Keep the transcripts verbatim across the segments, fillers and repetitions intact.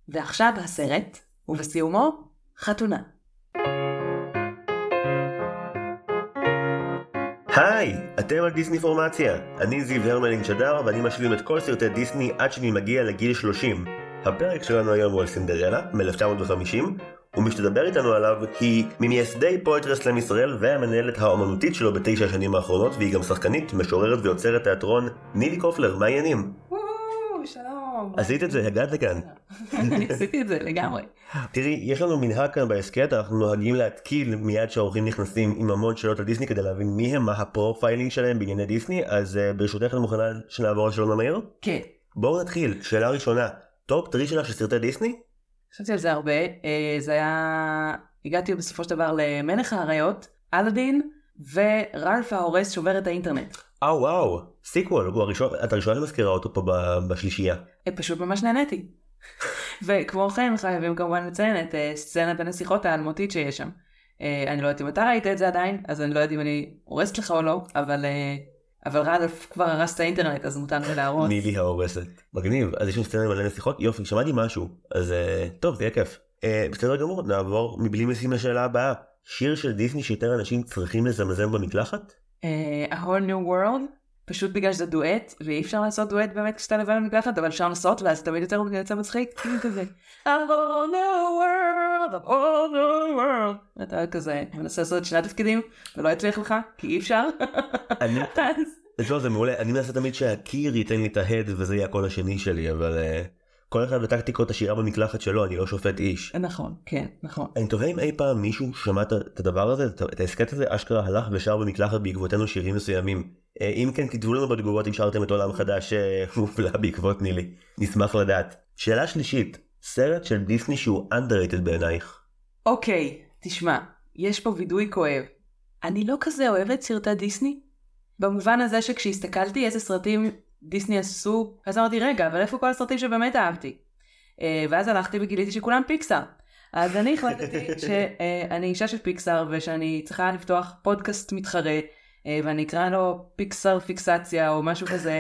ועכשיו הסרט, ובסיומו, חתונה. היי, אתם על דיסני פורמציה. אני זיו הרמלין שדר, ואני משלים את כל סרטי דיסני עד שאני מגיע לגיל שלושים. הפרק שלנו היום הוא על סינדרלה, מ-אלף תשע מאות וחמישים, ומי שתדבר איתנו עליו היא ממייסדי פואטרי סלאם ישראל והמנהלת האומנותית שלו בתשע השנים האחרונות, והיא גם שחקנית, משוררת ויוצרת תיאטרון, נילי קופלר. מה העניינים? שלום. עשית את זה, הגעת לכאן. אני עשיתי את זה לגמרי. תראי, יש לנו מנהג כאן בהסקט, אנחנו נוהגים להתקיל מיד שהאורחים נכנסים עם המון שאלות על דיסני כדי להבין מי הם, מה הפרופיילינג שלהם בענייני דיסני, אז uh, ברשותך אני מוכנה שנעבור לשאלון המהיר? כן. בואו נתחיל, שאלה ראשונה, טופ טרי שלך של סרטי דיסני? חשבתי על זה הרבה, זה היה, הגעתי בסופו של דבר למלך האריות, אלאדין ורלף ההורס שובר את האינטרנט. אה וואו, סיקוול, הוא הראשון, את הראשונה מזכירה אותו פה בשלישייה. פשוט ממש נהניתי. וכמו כן חייבים כמובן לציין את סצנת הנסיכות האלמותית שיש שם. אני לא יודעת אם אתה ראית את זה עדיין, אז אני לא יודעת אם אני הורסת לך או לא, אבל אבל רלף כבר הרס את האינטרנט, אז מותר לי להרוס. נילי ההורסת. מגניב, אז יש לנו סצנה מלא נסיכות, יופי, שמעתי משהו, אז טוב, זה יהיה כיף. בסדר גמור, נעבור מבלי משים לשאלה הבאה. שיר של דיסני שיותר אנשים צריכים לזמזם במקלחת? A whole new world, פשוט בגלל שזה דואט, ואי אפשר לעשות דואט באמת כשאתה לבן במקלחת, אבל אפשר לעשות, ואז תמיד יותר יוצא מצחיק, כאילו כזה, a whole new world, a whole new world, אתה כזה, מנסה לעשות שני תפקידים, ולא יצליח לך, כי אי אפשר. זה מעולה, אני מנסה תמיד שהקיר ייתן לי את ההד, וזה יהיה הקול השני שלי, אבל כל אחד בטקטיקות השירה במקלחת שלו, אני לא שופט איש. נכון, כן, נכון. אני תוהה אם אי פעם מישהו שמעת את הדבר הזה, את ההסקט הזה, אשכרה הלך ושר במקלחת בעקבותינו שירים מסוימים. אם כן, כתבו לנו בתגובות אם שרתם את עולם חדש מופלא בעקבות נילי. נשמח לדעת. שאלה שלישית, סרט של דיסני שהוא underrated בעינייך. אוקיי, תשמע, יש פה וידוי כואב. אני לא כזה אוהבת סרטי דיסני, במובן הזה שכשהסתכלתי איזה סרטים דיסני עשו, אז אמרתי, רגע, אבל איפה כל הסרטים שבאמת אהבתי? ואז הלכתי וגיליתי שכולם פיקסאר. אז אני החלטתי שאני אישה של פיקסאר, ושאני צריכה לפתוח פודקאסט מתחרה, ואני אקרא לו פיקסאר פיקסציה, או משהו כזה,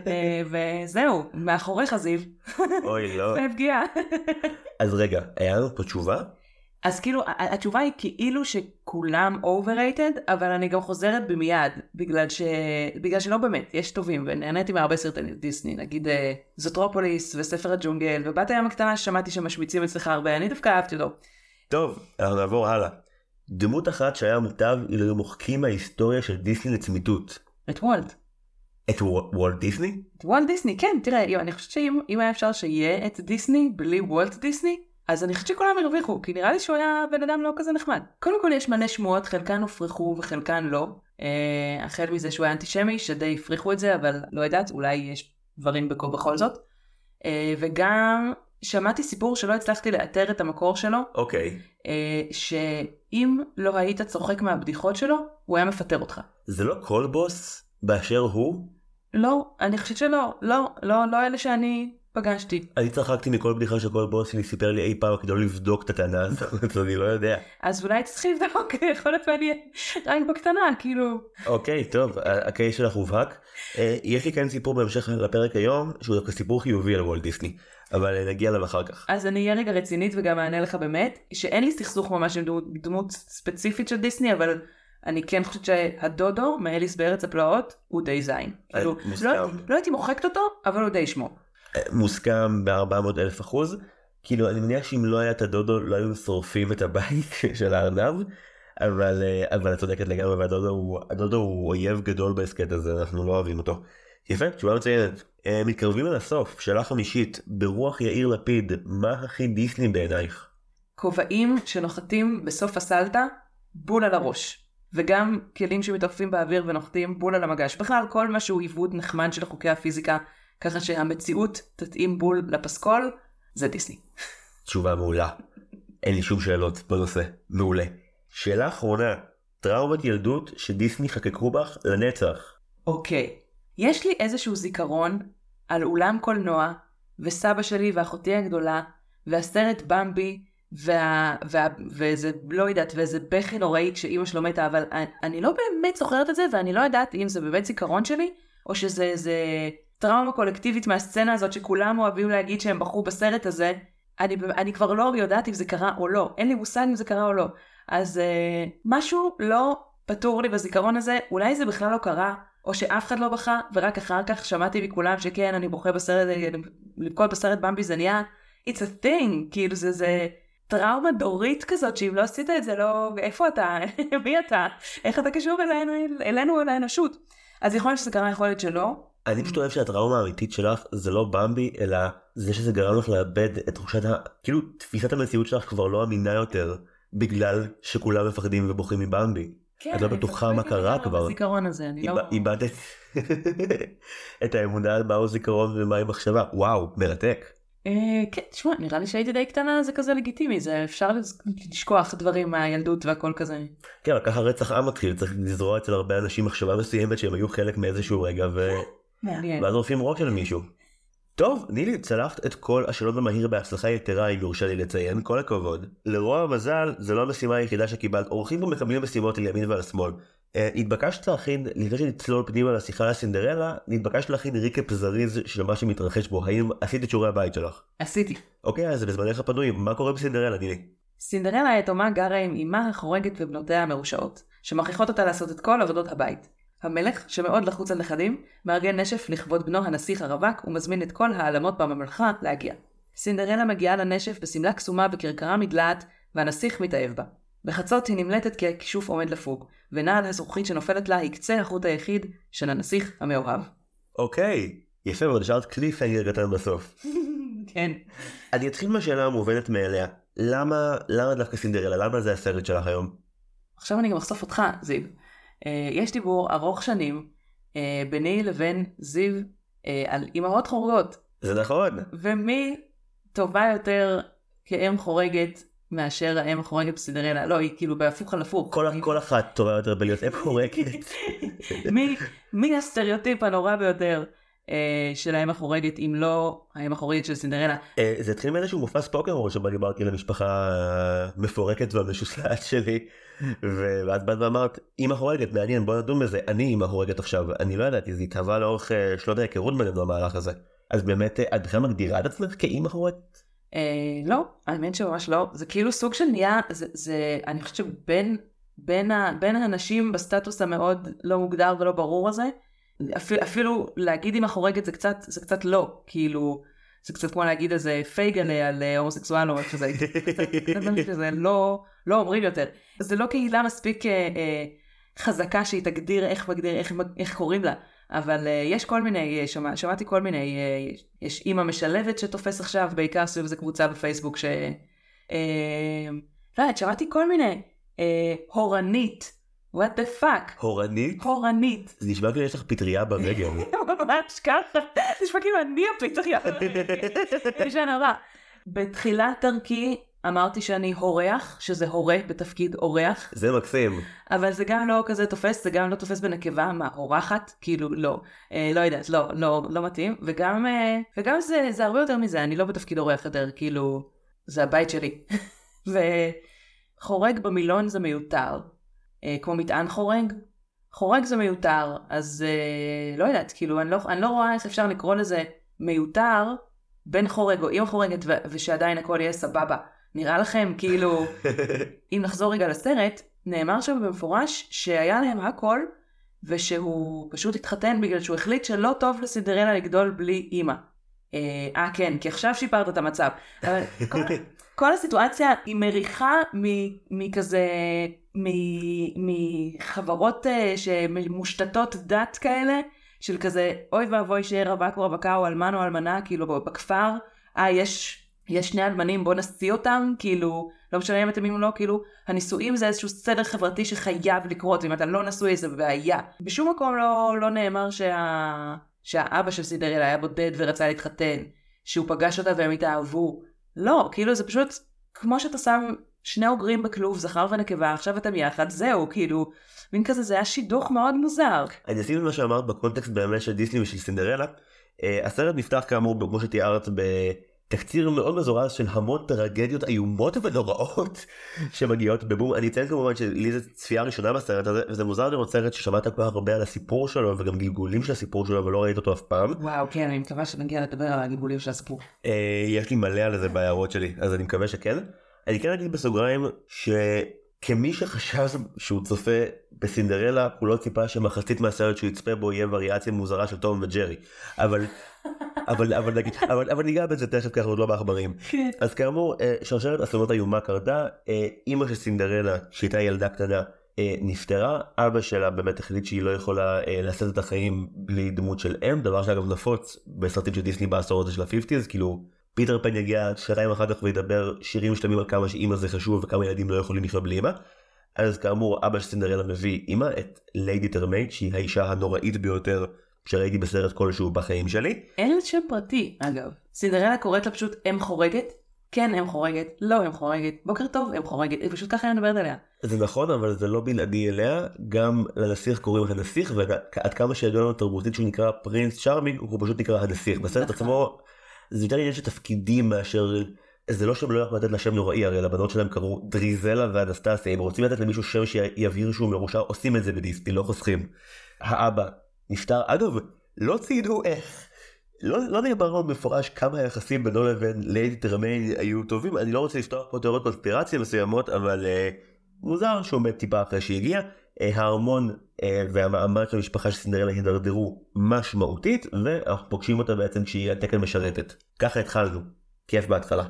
וזהו, מאחוריך זיו. אוי, לא. זה פגיעה. אז רגע, היה לנו פה תשובה? אז כאילו, התשובה היא כאילו שכולם overrated, אבל אני גם חוזרת במיד, בגלל ש... בגלל שלא באמת, יש טובים, ונהניתי מהרבה סרטי דיסני, נגיד זוטרופוליס וספר הג'ונגל, ובת הים הקטנה ששמעתי שמשמיצים אצלך הרבה, אני דווקא אהבתי אותו. טוב, אנחנו נעבור הלאה. דמות אחת שהיה מוטב אילו מוחקים מההיסטוריה של דיסני לצמיתות. את וולט. את וולט דיסני? את וולט דיסני, כן, תראה, אני חושבת שאם היה אפשר שיהיה את דיסני בלי וולט דיסני, אז אני חושבת שכולם הרוויחו, כי נראה לי שהוא היה בן אדם לא כזה נחמד. קודם כל יש מלא שמועות, חלקן הופרכו וחלקן לא. אה, החל מזה שהוא היה אנטישמי, שדי הפריחו את זה, אבל לא יודעת, אולי יש דברים בכל, בכל זאת. אה, וגם שמעתי סיפור שלא הצלחתי לאתר את המקור שלו. אוקיי. אה, שאם לא היית צוחק מהבדיחות שלו, הוא היה מפטר אותך. זה לא כל בוס באשר הוא? לא, אני חושבת שלא. לא, לא, לא אלה שאני... פגשתי. אני צחקתי מכל בדיחה שכל בוס שלי סיפר לי אי פעם כדי לא לבדוק את הטענה הזאת, אני לא יודע. אז אולי צריכים לבדוק, יכול להיות מעניין, רק בקטנה, כאילו. אוקיי, טוב, הקייס שלך הובהק. יש לי כאן סיפור בהמשך לפרק היום, שהוא סיפור חיובי על וולט דיסני, אבל נגיע אליו אחר כך. אז אני אהיה רגע רצינית וגם אענה לך באמת, שאין לי סכסוך ממש עם דמות ספציפית של דיסני, אבל אני כן חושבת שהדודו, מאליס בארץ הפלאות, הוא די זין. כאילו, לא הייתי מוחקת אותו, אבל הוא די שמו. מוסכם ב-ארבע מאות אלף אחוז, כאילו אני מניח שאם לא היה את הדודו לא היו שורפים את הבית של הארנב, אבל, אבל את צודקת לגמרי, והדודו הוא, הדודו הוא אויב גדול בהסקט הזה, אנחנו לא אוהבים אותו. יפה, תשובה מציינת. מתקרבים על הסוף, שאלה חמישית, ברוח יאיר לפיד, מה הכי דיסני בעינייך? כובעים שנוחתים בסוף הסלטה, בול על הראש. וגם כלים שמתעופפים באוויר ונוחתים בול על המגש. בכלל כל מה שהוא עיוות נחמד של חוקי הפיזיקה, ככה שהמציאות תתאים בול לפסקול, זה דיסני. תשובה מעולה. אין לי שום שאלות בנושא. מעולה. שאלה אחרונה. טראומת ילדות שדיסני חקקו בך לנצח. אוקיי. יש לי איזשהו זיכרון על אולם קולנוע, וסבא שלי ואחותי הגדולה, והסרט במבי, וה, וה, וזה לא יודעת, וזה בכי נוראי כשאימא שלו מתה, אבל אני, אני לא באמת זוכרת את זה, ואני לא יודעת אם זה באמת זיכרון שלי, או שזה זה טראומה קולקטיבית מהסצנה הזאת שכולם אוהבים להגיד שהם בחרו בסרט הזה. אני, אני כבר לא יודעת אם זה קרה או לא, אין לי מושג אם זה קרה או לא. אז uh, משהו לא פתור לי בזיכרון הזה, אולי זה בכלל לא קרה, או שאף אחד לא בכה, ורק אחר כך שמעתי מכולם שכן, אני בוכה בסרט, לבכות בסרט במבי זה נהיה, it's a thing, כאילו זה, זה טראומה דורית כזאת, שאם לא עשית את זה, לא, איפה אתה, מי אתה, איך אתה קשור אלינו, אלינו או לאנושות. אז יכול להיות שזה קרה, יכול להיות שלא. אני פשוט אוהב שהטראומה האמיתית שלך זה לא במבי, אלא זה שזה גרם לך לאבד את תחושת ה... כאילו, תפיסת המציאות שלך כבר לא אמינה יותר, בגלל שכולם מפחדים ובוכים מבמבי. כן, את לא בטוחה מה קרה כבר. בזיכרון הזה, אני לא... איבדת את האמונה על מהו זיכרון ומה היא מחשבה. וואו, מרתק. כן, תשמע, נראה לי שהייתי די קטנה, זה כזה לגיטימי, זה אפשר לשכוח דברים מהילדות והכל כזה. כן, ככה רצח עם מתחיל, צריך לזרוע אצל הרבה אנשים מחשבה מסוימת שהם היו חלק מאיזשהו רגע, ואז עושים ראש של מישהו. טוב, נילי, צלחת את כל השאלות במהיר בהצלחה יתרה, אם יורשה לי לציין, כל הכבוד. לרוע המזל, זה לא המשימה היחידה שקיבלת, אורחים פה מקבלים משימות על ימין ועל שמאל. התבקשת להכין, לפני שנצלול פנימה לשיחה לסינדרלה, נתבקשת להכין ריקאפ זריז של מה שמתרחש בו. האם עשית את שיעורי הבית שלך? עשיתי. אוקיי, אז בזמנך הפנויים, מה קורה בסינדרלה, נילי? סינדרלה היתומה גרה עם אמה החורגת ובנותיה המרושעות, שמכריחות אותה לעשות את כל עבודות הבית. המלך, שמאוד לחוץ על נכדים, מארגן נשף לכבוד בנו הנסיך הרווק ומזמין את כל העלמות בממלכה להגיע. סינדרלה מגיעה לנשף בסמלה קסומה וכרכרה מדלעת, והנסיך מתאהב בה. בחצות היא נמלטת כי הכישוף עומד לפוג, ונעל הזכוכית שנופלת לה היא קצה החוט היחיד של הנסיך המאוהב. אוקיי, יפה מאוד, השארת קליפהנגר קטן בסוף. כן. אני אתחיל מהשאלה המובנת מאליה. למה, למה דווקא סינדרלה? למה זה הסרט שלך היום? עכשיו אני גם אחשוף אותך, זיו. יש דיבור ארוך שנים ביני לבין זיו על אמהות חורגות. זה נכון. ומי טובה יותר כאם חורגת מאשר האם החורגת בסינדרלה? לא, היא כאילו בהפוך על הפוך. כל, כל אחת טובה יותר בלהיות אם חורגת. מי, מי הסטריאוטיפ הנורא ביותר של האם החורגת, אם לא האם החורגת של סינדרלה? זה התחיל מאיזשהו מופע ספוקר שבה דיברתי למשפחה מפורקת והמשוסעת שלי, ואת באת ואמרת, אמא חורגת, מעניין, בוא נדון בזה. אני אמא חורגת עכשיו, אני לא ידעתי, זה התהווה לאורך שנות ההיכרות בינינו המהלך הזה. אז באמת, את בכלל מגדירה את עצמך כאמא חורגת? לא, האמת שממש לא. זה כאילו סוג של נהיה, זה, אני חושבת שבין בין האנשים בסטטוס המאוד לא מוגדר ולא ברור הזה, אפילו, אפילו להגיד אמא חורגת זה קצת, זה קצת לא, כאילו, זה קצת כמו להגיד איזה פייגלה על הומוסקסואל או משהו כזה, זה לא, לא אומרים יותר. זה לא קהילה מספיק אה, אה, חזקה שהיא תגדיר איך מגדיר, איך, איך קוראים לה, אבל אה, יש כל מיני, שמע, שמעתי כל מיני, אה, יש אמא משלבת שתופס עכשיו, בעיקר סביב איזה קבוצה בפייסבוק ש... אה, לא, שמעתי כל מיני, אה, הורנית, what the fuck? הורנית? הורנית. זה נשמע כאילו יש לך פטריה ברגל. ממש ככה. זה נשמע כאילו אני הפטריה. יש נורא. בתחילת דרכי אמרתי שאני הורח, שזה הורה בתפקיד אורח. זה מקסים. אבל זה גם לא כזה תופס, זה גם לא תופס בנקבה, מה, הורחת? כאילו, לא. לא יודעת, לא, לא, לא מתאים. וגם, וגם זה, זה הרבה יותר מזה, אני לא בתפקיד אורח יותר, כאילו, זה הבית שלי. וחורג במילון זה מיותר. כמו מטען חורג, חורג זה מיותר, אז אה, לא יודעת, כאילו אני לא, אני לא רואה איך אפשר לקרוא לזה מיותר בין חורג או אם חורגת ו- ושעדיין הכל יהיה סבבה. נראה לכם כאילו, אם נחזור רגע לסרט, נאמר שם במפורש שהיה להם הכל ושהוא פשוט התחתן בגלל שהוא החליט שלא טוב לסינדרלה לגדול בלי אמא. אה, אה כן, כי עכשיו שיפרת את המצב. אבל כל, כל הסיטואציה היא מריחה מכזה... מחברות שמושתתות דת כאלה, של כזה, אוי ואבוי שיהיה רווק או רווקה או אלמן או אלמנה, כאילו בכפר, אה, יש, יש שני אלמנים, בוא נשיא אותם, כאילו, לא משנה אם אתם אם לא, כאילו, הנישואים זה איזשהו סדר חברתי שחייב לקרות, אם אתה לא נשוי זה בעיה. בשום מקום לא, לא נאמר שה, שהאבא של סינדרלה היה בודד ורצה להתחתן, שהוא פגש אותה והם התאהבו. לא, כאילו זה פשוט, כמו שאתה שם שני אוגרים בכלוב, זכר ונקבה, עכשיו אתם יחד, זהו, כאילו, מין כזה, זה היה שידוך מאוד מוזר. אני אשים את מה שאמרת בקונטקסט באמת של דיסני ושל סינדרלה. הסרט נפתח כאמור, כמו שתיארת, תקציר מאוד מזורז של המון טרגדיות איומות ונוראות שמגיעות בבום. אני אציין כמובן שלי זה צפייה ראשונה בסרט הזה, וזה מוזר לראות סרט ששמעת כבר הרבה על הסיפור שלו וגם גלגולים של הסיפור שלו, אבל לא ראית אותו אף פעם. וואו, כן, אני מקווה שנגיע לדבר על הגלגולים של הסיפור. יש לי מלא על זה בהערות שלי, אז אני מקווה שכן. אני כן אגיד בסוגריים שכמי שחשב שהוא צופה בסינדרלה, הוא לא ציפה שמחצית מהסרט שהוא יצפה בו יהיה וריאציה מוזרה של תום וג'רי. אבל אבל אבל נגיד אבל אבל ניגע בזה תכף, ככה עוד לא בעכברים. אז כאמור, שרשרת אסונות איומה קרתה. אמא של סינדרלה, שהייתה ילדה קטנה, נפטרה. אבא שלה באמת החליט שהיא לא יכולה לשאת את החיים בלי דמות של אם, דבר שאגב נפוץ בסרטים של דיסני בעשור הזה של ה-חמישים, כאילו פיטר פן יגיע שעתיים אחר כך וידבר שירים שלמים על כמה שאמא זה חשוב וכמה ילדים לא יכולים לחיות בלי אמא. אז כאמור, אבא של סינדרלה מביא אמא, את ליידי טרמייט, שהיא האישה הנוראית ביותר שראיתי בסרט כלשהו בחיים שלי. אין לה שם פרטי, אגב. סינדרלה קוראת לה פשוט אם חורגת. כן, אם חורגת. לא אם חורגת. בוקר טוב, אם חורגת. היא פשוט ככה אני מדברת עליה. זה נכון, אבל זה לא בלעדי אליה. גם לנסיך קוראים לך נסיך, ועד כמה שידוע לנו תרבותית שהוא נקרא פרינס צ'ארמינג, הוא פשוט נקרא הנסיך. בסרט עצמו, זה יותר עניין של תפקידים מאשר... זה לא שהם לא יכולים לתת לה שם נוראי, הרי לבנות שלהם קראו דריזלה ואנסטסיה. אם רוצים לתת למישהו שם שיבהיר שהוא מרושע, עושים את זה בדיסני, לא חוסכים. האבא נפטר, אגב, לא ציינו איך, לא, לא נאמר מפורש כמה היחסים בינו לבין ליידי טרמייט היו טובים. אני לא רוצה לפתוח פה תיאוריות קונספירציה מסוימות, אבל אה, מוזר שהוא מת טיפה אחרי שהגיע. אה, ההרמון אה, והמעמד של המשפחה של סינדרלה הידרדרו משמעותית, ואנחנו פוגשים אותה בעצם כשהיא התקן משרתת. ככה התחלנו, כיף בהתחלה.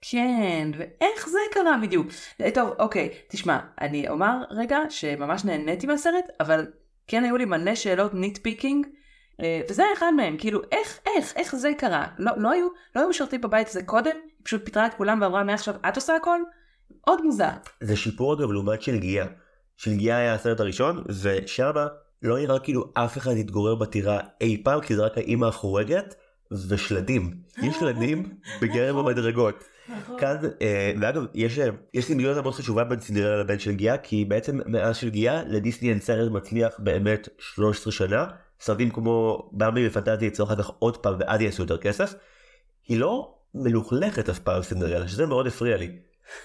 כן, ואיך זה קרה בדיוק? טוב, אוקיי, תשמע, אני אומר רגע שממש נהניתי מהסרט, אבל כן היו לי מלא שאלות ניטפיקינג, וזה אחד מהם, כאילו, איך, איך, איך זה קרה? לא, לא היו, לא היו משרתים בבית הזה קודם, היא פשוט פיתרה את כולם ואמרה, מעכשיו את עושה הכל? עוד מוזר. זה שיפור אגב לעומת שלגיה. שלגיה היה הסרט הראשון, ושמה לא נראה כאילו אף אחד יתגורר בטירה אי פעם, כי זה רק האמא החורגת, ושלדים. יש שלדים בגרם המדרגות. כאן, ואגב, יש, יש סימביוזה מאוד חשובה בין סינדרלה לבין שלגיה, כי בעצם מאז שלגיה לדיסני אין סרט מצליח באמת שלוש עשרה שנה. סרטים כמו ברבי ופנטזיה יצאו אחר כך עוד פעם ואז יעשו יותר כסף. היא לא מלוכלכת אף פעם סינדרלה, שזה מאוד הפריע לי.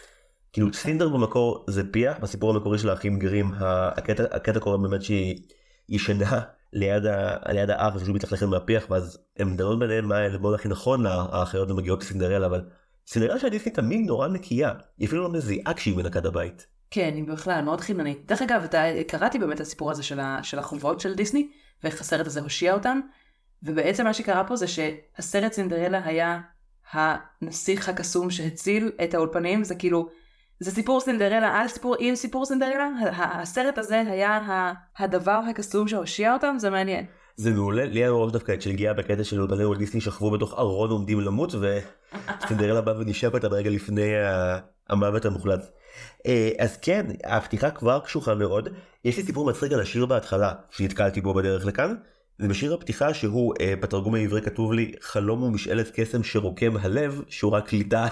כאילו סינדר במקור זה פיח, בסיפור המקורי של האחים גרים, הקטע, הקטע קורה באמת שהיא ישנה ליד, ה, ליד האח ושהוא מתלכלכת מהפיח, ואז הם דנות ביניהם מה הלמוד הכי נכון לאחיות ומגיעות לסינדרלה, אבל סינדרלה של דיסני תמיד נורא נקייה, היא אפילו לא מזיעה כשהיא מנקת הבית. כן, היא בכלל מאוד חיננית. דרך אגב, אתה, קראתי באמת את הסיפור הזה של, ה, של החובות של דיסני, ואיך הסרט הזה הושיע אותם, ובעצם מה שקרה פה זה שהסרט סינדרלה היה הנסיך הקסום שהציל את האולפנים. זה כאילו, זה סיפור סינדרלה על סיפור עם סיפור סינדרלה. הסרט הזה היה הדבר הקסום שהושיע אותם, זה מעניין. זה מעולה, לי היה ראש דווקא שהגיע בקטע של אולפני וולט דיסני שכבו בתוך ארון עומדים למות, וסינדרלה בא ונשאר אותה ברגע לפני המוות המוחלט. אז כן, הפתיחה כבר קשוחה מאוד. יש לי סיפור מצחיק על השיר בהתחלה שנתקלתי בו בדרך לכאן. זה בשיר הפתיחה שהוא בתרגום העברי כתוב לי חלום ומשאלת קסם שרוקם הלב, שהוא רק קליטה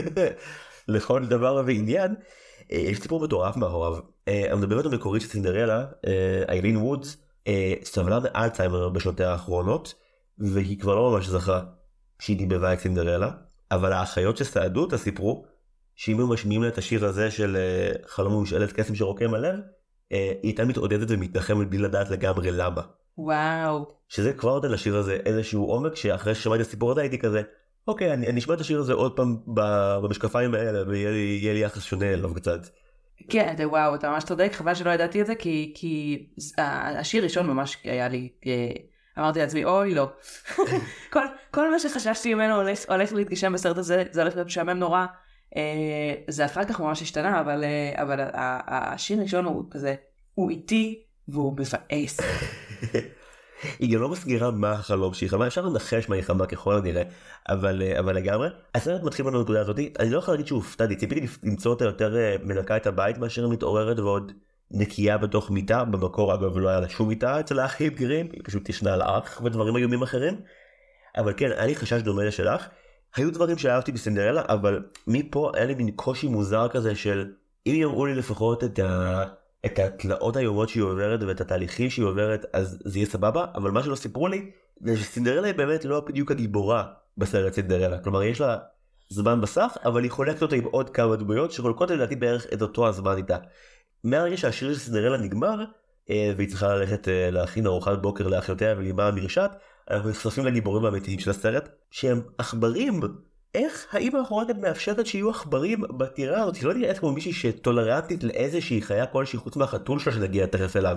לכל דבר ועניין. יש סיפור מטורף מאחוריו. המדברת המקורית של סינדרלה, איילין וודס, סבלה מאלצהיימר בשנותיה האחרונות, והיא כבר לא ממש זכרה שהיא דיבבה את סינדרלה, אבל האחיות שסעדו אותה סיפרו שאם הם משמיעים לה את השיר הזה של חלום ומשאלת קסם שרוקם הלב, היא הייתה מתעודדת ומתנחמת בלי לדעת לגמרי למה. וואו. שזה כבר נותן לשיר הזה איזשהו עומק, שאחרי ששמעתי את הסיפור הזה הייתי כזה, אוקיי, אני, אני אשמע את השיר הזה עוד פעם במשקפיים האלה, ויהיה לי, יהיה לי יחס שונה אליו קצת. כן, וואו, אתה ממש צודק, חבל שלא ידעתי את זה, כי, כי השיר ראשון ממש היה לי, אמרתי לעצמי, אוי לא. כל, כל מה שחששתי ממנו הולך, הולך להתגשם בסרט הזה, זה הולך להיות משעמם נורא. זה אחר כך ממש השתנה, אבל, אבל השיר ראשון הוא כזה, הוא איטי והוא מבאס. היא גם לא מסגירה מה החלום שהיא חמה, אפשר לנחש מה היא חמה ככל הנראה, אבל, אבל לגמרי. הסרט מתחיל בנו נקודה הזאת, אני לא יכול להגיד שהוא הופתעתי, ציפיתי למצוא אותה יותר מנקה את הבית מאשר מתעוררת ועוד נקייה בתוך מיטה, במקור אגב לא היה לה שום מיטה אצל האחים גרים, היא פשוט ישנה על אח ודברים איומים אחרים, אבל כן, היה לי חשש דומה לשלך, היו דברים שאהבתי בסינדרלה, אבל מפה היה לי מין קושי מוזר כזה של, אם יראו לי לפחות את ה... את התלאות היומות שהיא עוברת ואת התהליכים שהיא עוברת, אז זה יהיה סבבה, אבל מה שלא סיפרו לי, זה שסינדרלה היא באמת לא בדיוק הגיבורה בסרט סינדרלה. כלומר, יש לה זמן בסך, אבל היא חולקת אותו עם עוד כמה דמויות שחולקות לדעתי בערך את אותו הזמן איתה. מהרגע שהשיר של סינדרלה נגמר, והיא צריכה ללכת להכין ארוחת בוקר לאחיותיה ולאמה המרשעת, אנחנו נחשפים לגיבורים האמיתיים של הסרט, שהם עכברים. איך האמא החורגת מאפשרת שיהיו עכברים בטירה הזאת? היא לא נראית כמו מישהי שטולרנטית לאיזושהי חיה כלשהי חוץ מהחתול שלה שנגיע תכף אליו.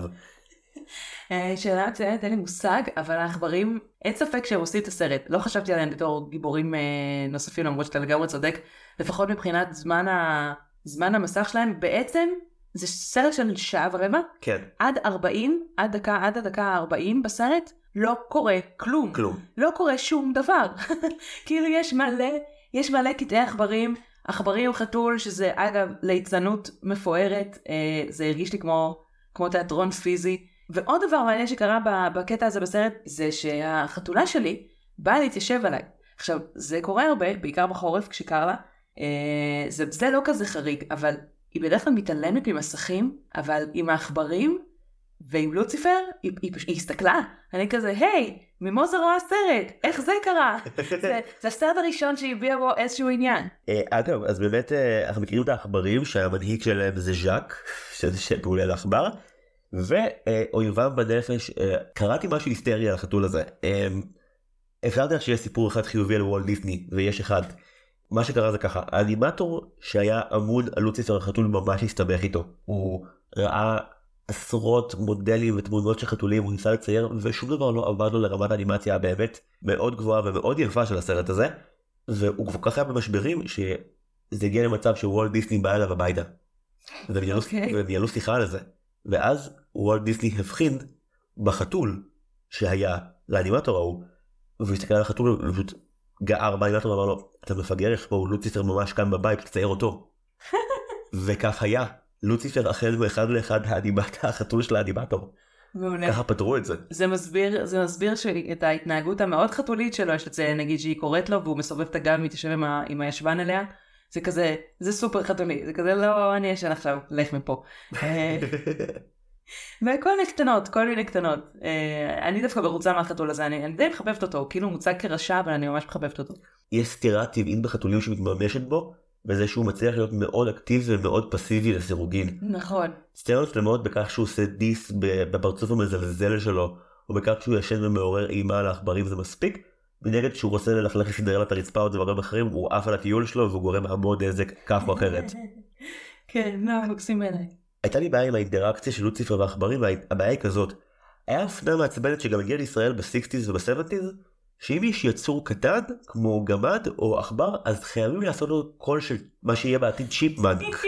שאלה מצוינת, אין לי מושג, אבל העכברים, אין ספק שהם עושים את הסרט. לא חשבתי עליהם בתור גיבורים נוספים, למרות שאתה לגמרי צודק, לפחות מבחינת זמן, ה... זמן המסך שלהם. בעצם זה סרט של שעה ורבע, כן. עד ארבעים, עד דקה, עד הדקה ה-ארבעים בסרט, לא קורה כלום. כלום. לא קורה שום דבר. כאילו יש מלא, יש מלא קטעי עכברים, עכברים חתול, שזה אגב ליצנות מפוארת, זה הרגיש לי כמו, כמו תיאטרון פיזי. ועוד דבר מעניין שקרה בקטע הזה בסרט, זה שהחתולה שלי באה להתיישב עליי. עכשיו, זה קורה הרבה, בעיקר בחורף כשקר לה, זה, זה לא כזה חריג, אבל היא בדרך כלל מתעלמת ממסכים, אבל עם העכברים ועם לוציפר, היא, היא, היא הסתכלה. אני כזה, היי, ממוזה רואה סרט, איך זה קרה? זה, זה הסרט הראשון שהביע בו איזשהו עניין. אגב, אז באמת אנחנו מכירים את העכברים, שהמנהיג שלהם זה ז'אק, שזה שפעולה לעכבר, ואויבם בנפש. קראתי משהו היסטרי על החתול הזה. אפשר לדעת שיש סיפור אחד חיובי על וולט דיסני, ויש אחד. מה שקרה זה ככה, האנימטור שהיה אמון על לוציפר החתול ממש הסתבך איתו. הוא ראה עשרות מודלים ותמונות של חתולים, הוא ניסה לצייר, ושום דבר לא עבד לו לרמת האנימציה הבאמת מאוד גבוהה ומאוד יפה של הסרט הזה, והוא כל כך היה במשברים שזה הגיע למצב שוולט דיסני בא אליו הביתה. והם ניהלו שיחה על זה. ואז וולט דיסני הבחין בחתול שהיה לאנימטור ההוא, והוא הסתכל על החתול ופשוט גער באנימטור ואמר לו, אתה מפגר, איך פה לוציפר ממש כאן בבית, תצייר אותו. וכך היה. לוציפר אכן מאחד לאחד האנימט, החתול של האנימטור. ככה פתרו את זה. זה מסביר, זה מסביר את ההתנהגות המאוד חתולית שלו, יש לציין, נגיד שהיא קוראת לו, והוא מסובב את הגב, מתיישב עם, ה, עם הישבן אליה, זה כזה, זה סופר חתולי, זה כזה, לא, אני ישן עכשיו, לך מפה. וכל מיני קטנות, כל מיני קטנות. אני דווקא ברוצה מהחתול הזה, אני, אני די מחבבת אותו, כאילו מוצג כרשע, אבל אני ממש מחבבת אותו. יש סתירה טבעית בחתולים שמתממשת בו, וזה שהוא מצליח להיות מאוד אקטיבי ומאוד פסיבי לסירוגין. נכון. סתירות שלמות בכך שהוא עושה דיס בפרצוף המזלזל שלו, או בכך שהוא ישן ומעורר אימה על העכברים, זה מספיק. בנגד שהוא רוצה ללכלך לסינדרלה את הרצפה או דברים אחרים, הוא עף על הטיול שלו והוא גורם המון נזק כך או אחרת. כן, לא, מקסים אליי. הייתה לי בעיה עם האינטראקציה של לוציפר והעכברים, והבעיה היא כזאת. היה הפניה מעצבנת שגם הגיעה לישראל ב-סיקסטיז וב-סבנטיז, שאם יש יצור קטן, כמו גמד או עכבר, אז חייבים לעשות לו כל של מה שיהיה בעתיד צ'יפמנק.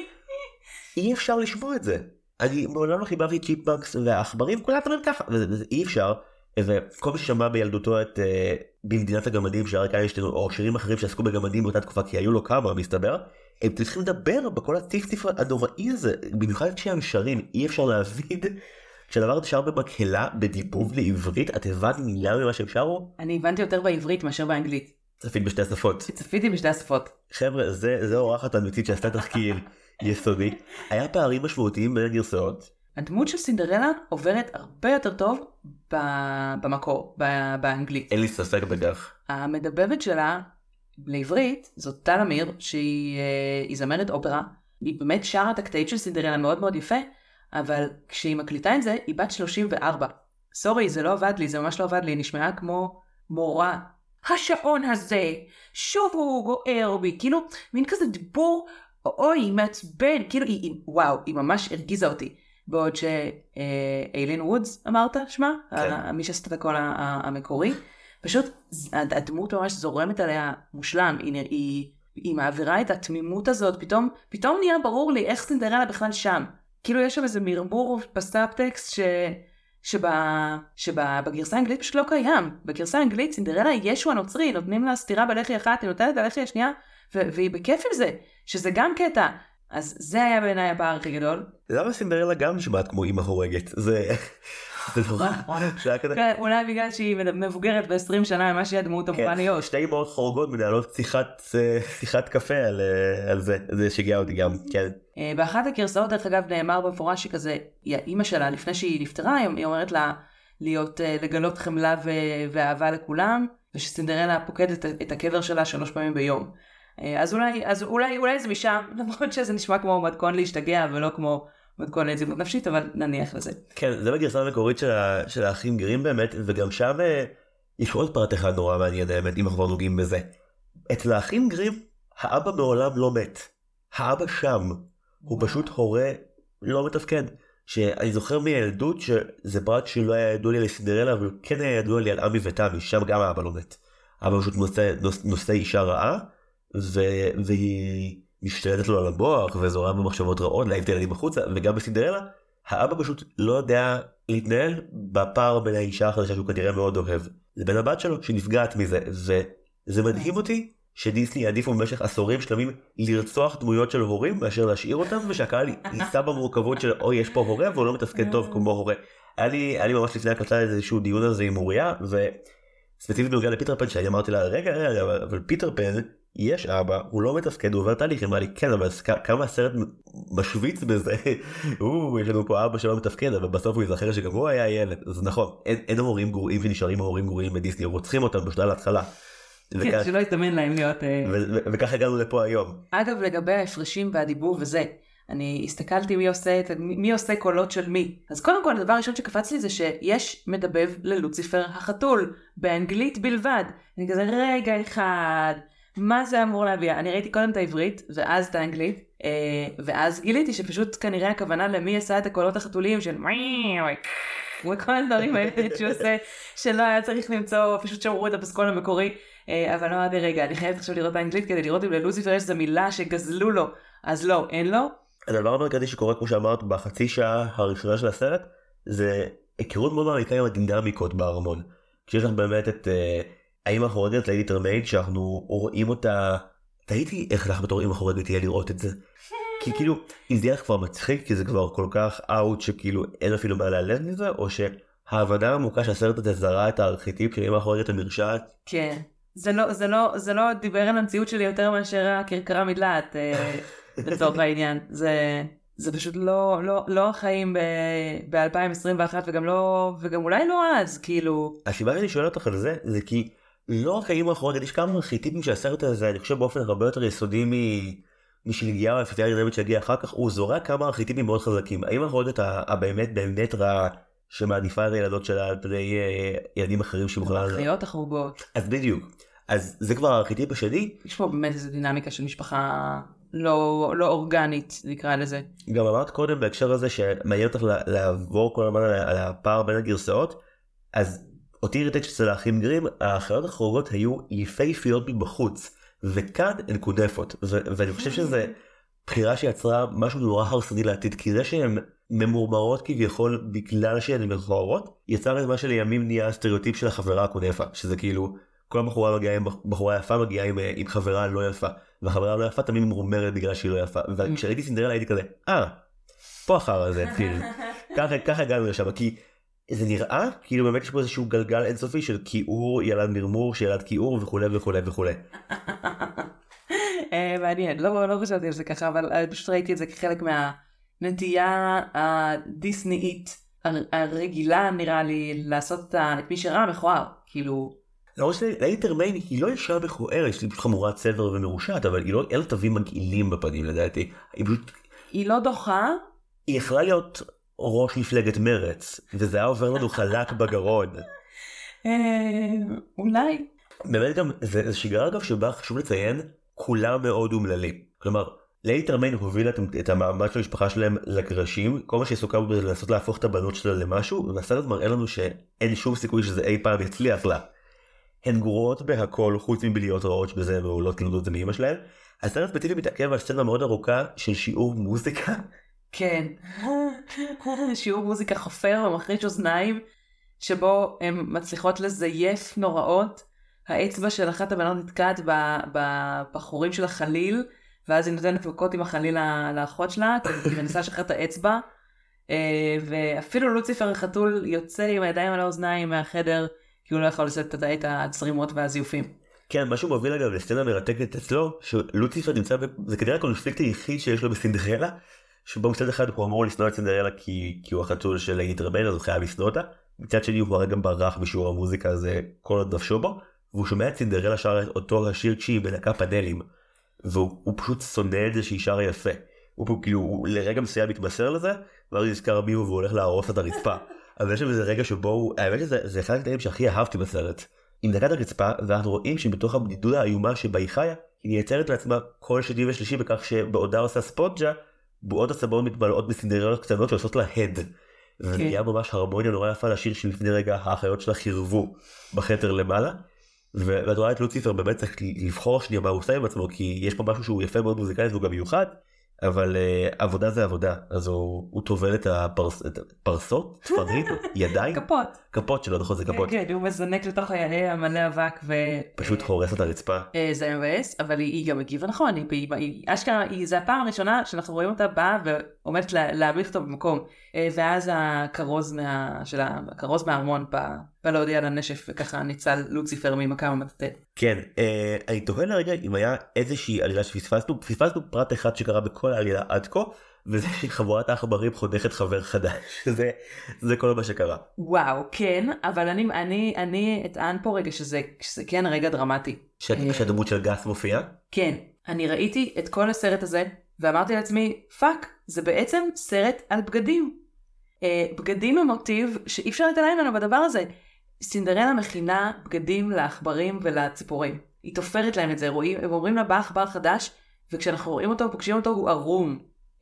אי אפשר לשמוע את זה. אני מעולם לא חיבבתי צ'יפמנקס והעכברים, כולם אומרים ככה, אי אפשר. וכל מי ששמע בילדותו את uh, במדינת הגמדים של אריק איינשטיין או שירים אחרים שעסקו בגמדים באותה תקופה, כי היו לו כמה מסתבר, הם צריכים לדבר בכל הטיפ-טיפ הנוראי הזה, במיוחד כשהם שרים. אי אפשר להבין כשהדבר הזה שר במקהלה בדיבוב לעברית. את הבנת מילה ממה שהם שרו? אני הבנתי יותר בעברית מאשר באנגלית. צפית בשתי השפות. צפיתי בשתי השפות. חבר'ה, זה, זה אורחת אמיתית שעשתה תחקיר יסודי. היה פערים משמעותיים בין הגרסאות. הדמות של סינדרלה עוברת הרבה יותר טוב במקור, באנגלית. אין לי ספק בכך. המדבבת שלה לעברית זאת טל אמיר, שהיא זמרת אופרה. היא באמת שרה את הקטעית של סינדרלה מאוד מאוד יפה, אבל כשהיא מקליטה את זה, היא בת שלושים וארבע. סורי, זה לא עבד לי, זה ממש לא עבד לי, היא נשמעה כמו מורה. השעון הזה, שוב הוא גוער בי, כאילו, מין כזה דיבור, אוי, מעצבן, כאילו, היא, וואו, היא ממש הרגיזה אותי. בעוד שאיילין וודס אמרת, שמה? כן. מי שעשת את הקול המקורי. פשוט הדמות ממש זורמת עליה מושלם, היא, היא, היא מעבירה את התמימות הזאת, פתאום, פתאום נהיה ברור לי איך סינדרלה בכלל שם. כאילו יש שם איזה מרמור בסאבטקסט ש... שבה, שבגרסה האנגלית פשוט לא קיים. בגרסה האנגלית סינדרלה ישו הנוצרי, נותנים לה סתירה בלחי אחת, היא נותנת ללחי השנייה, ו- והיא בכיף עם זה, שזה גם קטע. אז זה היה בעיניי הפער הכי גדול. למה סינדרלה גם נשמעת כמו אמא הורגת? זה... אולי בגלל שהיא מבוגרת ב-עשרים שנה, מה שהיא הדמות אמורה להיות. שתי אמהות חורגות מנהלות שיחת קפה על זה, זה שגיע אותי גם, כן. באחת הגרסאות, דרך אגב, נאמר במפורש שכזה, האמא שלה, לפני שהיא נפטרה, היא אומרת לה להיות, לגלות חמלה ואהבה לכולם, ושסינדרלה פוקדת את הקבר שלה שלוש פעמים ביום. אז אולי, אז אולי, אולי זה משם, למרות שזה נשמע כמו מתכון להשתגע, ולא כמו מתכון ליציבות נפשית, אבל נניח לזה. כן, זה בגרסה המקורית של, ה, של האחים גרים באמת, וגם שם יש עוד פרט אחד נורא מעניין באמת, אם אנחנו נוגעים בזה. אצל האחים גרים, האבא מעולם לא מת. האבא שם. הוא פשוט הורה לא מתפקד. שאני זוכר מילדות שזה פרט שלא היה ידוע לי על סינדרלה, אבל כן היה ידוע לי על אמי ותמי, שם גם האבא לא מת. האבא פשוט נושא, נושא אישה רעה, ו... והיא משתלטת לו על המוח, וזורה במחשבות רעות, להעיף את הילדים החוצה, וגם בסינדרלה, האבא פשוט לא יודע להתנהל בפער בין האישה החדשה שהוא כנראה מאוד אוהב. זה בין הבת שלו שנפגעת מזה, וזה מדהים אותי שדיסני יעדיפו במשך עשורים שלמים לרצוח דמויות של הורים מאשר להשאיר אותם, ושהקהל ייסע במורכבות של אוי יש פה הורה והוא לא מתפקד טוב כמו הורה. היה לי, היה לי ממש לפני הקלטה איזשהו דיון על זה עם אוריה, וספציפית בנוגע לפיטר פן שאני אמרתי לה רגע רגע אבל פיטר פן יש אבא, הוא לא מתפקד, הוא עובר תהליך, אמרה לי כן אבל כמה הסרט משוויץ בזה, יש לנו פה אבא שלא מתפקד אבל בסוף הוא יזכר שגם הוא היה ילד. אז נכון, אין הורים גרועים ונשארים הורים גרועים בדיסני, רוצחים אותם בשלב ההתחלה. כן, שלא יתאמן להם להיות... וכך הגענו לפה היום. אגב, לגבי ההפרשים והדיבור וזה, אני הסתכלתי מי עושה, מי עושה קולות של מי. אז קודם כל, הדבר הראשון שקפץ לי זה שיש מדבב ללוציפר החתול, באנגלית בלבד. אני כזה, רגע אחד, מה זה אמור להביע? אני ראיתי קודם את העברית, ואז את האנגלית, ואז גיליתי שפשוט כנראה הכוונה למי עשה את הקולות החתוליים של... וכל הדברים האלה שהוא עושה, שלא היה צריך למצוא, פשוט שמרו את הפסקול המקורי, אבל לא עדי רגע, אני חייבת עכשיו לראות באנגלית כדי לראות אם ללוציפר יש איזו מילה שגזלו לו, אז לא, אין לו. הדבר המרכזי שקורה, כמו שאמרת, בחצי שעה הראשונה של הסרט, זה היכרות מאוד מעמיקה עם הדינמיקות בארמון. כשיש לך באמת את האמא החורגת, לידי טרמייד, שאנחנו רואים אותה, תהיתי איך לך בתור אמא חורגת תהיה לראות את זה. כי כאילו, אם זה יהיה כבר מצחיק, כי זה כבר כל כך אאוט שכאילו אין אפילו מה להיעלב מזה, או שההבנה העמוקה שהסרט הזה זרה את הארכיטיפ של אמא חורגת המרשעת. כן. זה לא, זה לא, זה לא דיבר על המציאות שלי יותר מאשר הכרכרה מדלעת, לצורך העניין. זה, זה פשוט לא, לא, לא החיים ב-אלפיים עשרים ואחת, וגם לא, וגם אולי לא אז, כאילו. הסיבה שאני שואל אותך על זה, זה כי לא רק האמא החורגת, יש כמה ארכיטיפים שהסרט הזה, אני חושב באופן הרבה יותר יסודי מ... משלגיהו, הפתיעה הגדמת שהגיע אחר כך, הוא זורק כמה ארכיטיפים מאוד חזקים. האמא החורגת הבאמת באמת רעה, שמעדיפה את הילדות שלה על פני ילדים אחרים שבכלל... אחיות החורגות. אז בדיוק. אז זה כבר הארכיטיפ השני. יש פה באמת איזו דינמיקה של משפחה לא, לא אורגנית, נקרא לזה. גם אמרת קודם בהקשר הזה שמעניין אותך לעבור כל הזמן על הפער בין הגרסאות, אז אותי הראיתי שאצל האחים גרים, האחיות החורגות היו יפהפיות מבחוץ, וכאן הן קודפות, ו- ואני חושב שזה בחירה שיצרה משהו נורא הרסני לעתיד, כי זה שהן ממורמרות כביכול בגלל שהן מכוערות, יצר למה שלימים נהיה הסטריאוטיפ של החברה הקודפה, שזה כאילו, כל בחורה מגיעה עם בחורה יפה מגיעה עם, עם חברה לא יפה, והחברה הלא יפה תמיד מורמרת בגלל שהיא לא יפה, וכשראיתי סינדרלה הייתי כזה, אה, פה אחר הזה, כאילו, ככה, ככה הגענו לשם, כי זה נראה כאילו באמת יש פה איזשהו גלגל אינסופי של כיעור ילד מרמור שילד כיעור וכו' וכו' וכו'. מעניין, לא חשבתי על זה ככה, אבל פשוט ראיתי את זה כחלק מהנטייה הדיסנאית הרגילה נראה לי לעשות את מי שראה מכוער, כאילו. לא רוצה, לידי טרמייד היא לא אישה מכוערת, היא פשוט חמורת צבר ומרושעת, אבל היא לא, אין לה תווים מגעילים בפנים לדעתי, היא פשוט... היא לא דוחה? היא יכלה להיות... ראש מפלגת מרץ, וזה היה עובר לנו חלק בגרון. אולי. באמת גם, זה שגרה אגב שבה חשוב לציין, כולם מאוד אומללים. כלומר, לידי טרמייד הובילה את המעמד של המשפחה שלהם לגרשים, כל מה שעסוקה בו לנסות להפוך את הבנות שלה למשהו, והסרט מראה לנו שאין שום סיכוי שזה אי פעם יצליח לה. הן גרועות בהכל חוץ מבליות רעות שבזה מעולות כלמדו את זה מאמא שלהם. הסרט ספציפי מתעכב על סצנה מאוד ארוכה של שיעור מוזיקה. כן, שיעור מוזיקה חופר ומחריש אוזניים, שבו הן מצליחות לזייף נוראות. האצבע של אחת הבנות נתקעת בחורים של החליל, ואז היא נותנת מכות עם החליל לאחות שלה, כי היא מנסה לשחרר את האצבע, ואפילו לוציפר החתול יוצא עם הידיים על האוזניים מהחדר, כי הוא לא יכול לעשות את הצרימות והזיופים. כן, משהו מוביל אגב לסצנה מרתקת אצלו, שלוציפר נמצא, זה כנראה הקונפליקט היחיד שיש לו בסינדרלה, שבו מצד אחד הוא אמור לשנוא את סינדרלה כי, כי הוא החתול של לידי טרמייד, אז הוא חייב לשנוא אותה. מצד שני הוא הרי גם ברח בשיעור המוזיקה הזה כל עוד נפשו בו, והוא שומע את סינדרלה שר אותו השיר כשהיא בדקה פאנלים. והוא פשוט שונא את זה שהיא שרה יפה. הוא פה כאילו, הוא לרגע מסוים מתמסר לזה, ואז הוא נזכר מי הוא והוא הולך להרוס את הרצפה. אבל יש שם איזה רגע שבו הוא, האמת שזה אחד הקטעים שהכי אהבתי בסרט. עם דקת הרצפה, ואנחנו רואים שבתוך הבדידות האיומה שבה היא חיה, היא מייצרת לעצמה כל שני ושלישי בכך שבעודה עושה ספונג'ה, בועות הסבון מתמלאות בסינדרלות קטנות שעושות לה הד. וזה נהיה ממש הרמוניה נורא יפה לשיר שלפני רגע האחיות שלה חירבו בחדר למעלה. ואת רואה את לוציפר באמת צריך לבחור שנייה מה הוא עושה עם עצמו, כי יש פה משהו שהוא יפה מאוד מוזיקלית והוא גם מיוחד, אבל uh, עבודה זה עבודה, אז הוא, הוא טובל את הפרס, את הפרסות, תפרים, ידיים, כפות, כפות שלו, נכון, זה כפות. כן, הוא מזנק לתוך היעלה המלא אבק ו... פשוט הורס את הרצפה. זה מבאס, אבל היא גם הגיבה נכון, היא אשכרה, זה הפעם הראשונה שאנחנו רואים אותה באה ועומדת להעמיד אותו במקום, ואז הכרוז מהארמון בא להודיע לנשף וככה ניצל לוציפר ממכה ומטטט. כן, אני תוהה לרגע אם היה איזושהי עלילה שפספסנו, פספסנו פרט אחד שקרה בכל העלילה עד כה, וזה שחבורת העכברים חונכת חבר חדש, זה, זה כל מה שקרה. וואו, כן, אבל אני, אני, אני אטען פה רגע שזה, שזה כן רגע דרמטי. שהדמות של גס מופיע? כן, אני ראיתי את כל הסרט הזה, ואמרתי לעצמי, פאק, זה בעצם סרט על בגדים. בגדים הם מוטיב שאי אפשר להתעלם ממנו בדבר הזה. סינדרלה מכינה בגדים לעכברים ולציפורים. היא תופרת להם את זה, רואים, הם אומרים לה בא עכבר חדש, וכשאנחנו רואים אותו, פוגשים אותו, הוא ערום.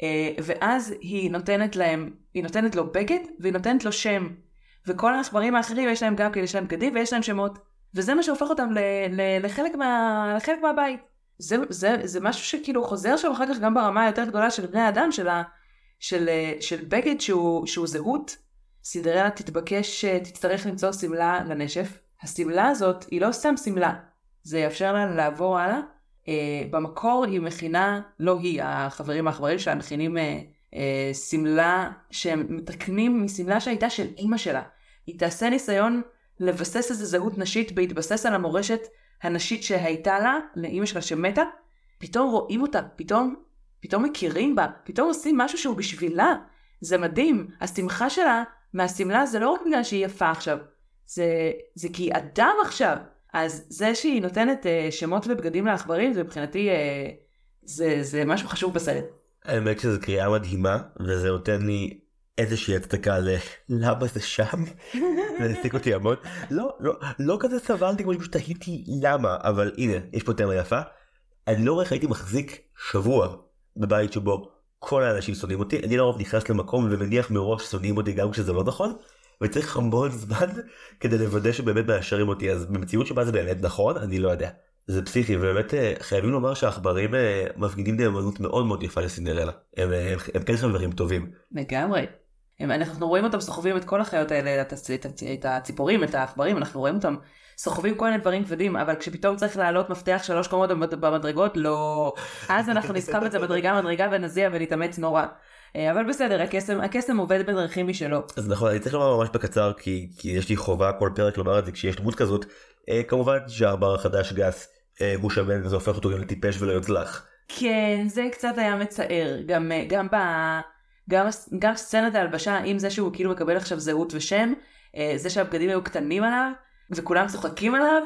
ואז היא נותנת להם, היא נותנת לו בגד, והיא נותנת לו שם. וכל העכברים האחרים יש להם גם כאלה, יש להם בגדים ויש להם שמות. וזה מה שהופך אותם ל- ל- לחלק, מה- לחלק מהבית. זה, זה, זה משהו שכאילו חוזר שם אחר כך גם ברמה היותר גדולה של בני האדם, של, ה- של, של בגד שהוא, שהוא זהות. סינדרלה תתבקש, תצטרך למצוא סמלה לנשף. הסמלה הזאת היא לא סתם סמלה. זה יאפשר לה לעבור הלאה. Uh, במקור היא מכינה, לא היא, החברים האחברים שלה מכינים uh, uh, סמלה שהם מתקנים מסמלה שהייתה של אמא שלה. היא תעשה ניסיון לבסס איזו זהות נשית בהתבסס על המורשת הנשית שהייתה לה, לאמא שלה שמתה. פתאום רואים אותה, פתאום, פתאום מכירים בה, פתאום עושים משהו שהוא בשבילה. זה מדהים. השמחה שלה מהסמלה זה לא רק בגלל שהיא יפה עכשיו, זה, זה כי היא אדם עכשיו. אז זה שהיא נותנת uh, שמות ובגדים לעכברים, זה מבחינתי, uh, זה, זה משהו חשוב בסרט. האמת שזו קריאה מדהימה, וזה נותן לי איזושהי הצדקה ללמה זה שם, ולהסיק אותי המון. לא, לא, לא כזה סבלתי, כמו שפשוט תהיתי למה, אבל הנה, יש פה תמה יפה. אני לא רואה איך הייתי מחזיק שבוע בבית שבו כל האנשים שונאים אותי, אני לרוב נכנס למקום ומניח מראש שונאים אותי גם כשזה לא נכון, וצריך המון זמן כדי לוודא שבאמת מאשרים אותי, אז במציאות שבה זה באמת נכון, אני לא יודע. זה פסיכי, ובאמת חייבים לומר שהעכברים מפגינים נאמנות מאוד מאוד יפה לסינדרלה. הם, הם, הם כן חברים טובים. לגמרי. הם, אנחנו רואים אותם סוחבים את כל החיות האלה, את, את, את הציפורים, את העכברים, אנחנו רואים אותם סוחבים כל מיני דברים כבדים, אבל כשפתאום צריך לעלות מפתח שלוש קומות במדרגות, לא. אז אנחנו נסחב את זה מדרגה מדרגה ונזיע ונתאמץ נורא. אבל בסדר, הקסם, הקסם עובד בדרכים משלו. אז נכון, אני צריך לומר ממש בקצר, כי, כי יש לי חובה כל פרק לומר את זה, כשיש דמות כזאת, אה, כמובן שהעכבר החדש גס, אה, הוא שמן, וזה הופך אותו גם לטיפש ולא יוצלח. כן, זה קצת היה מצער, גם, גם, ב, גם, גם סצנת ההלבשה, עם זה שהוא כאילו מקבל עכשיו זהות ושם, אה, זה שהבגדים היו קטנים עליו, וכולם צוחקים עליו,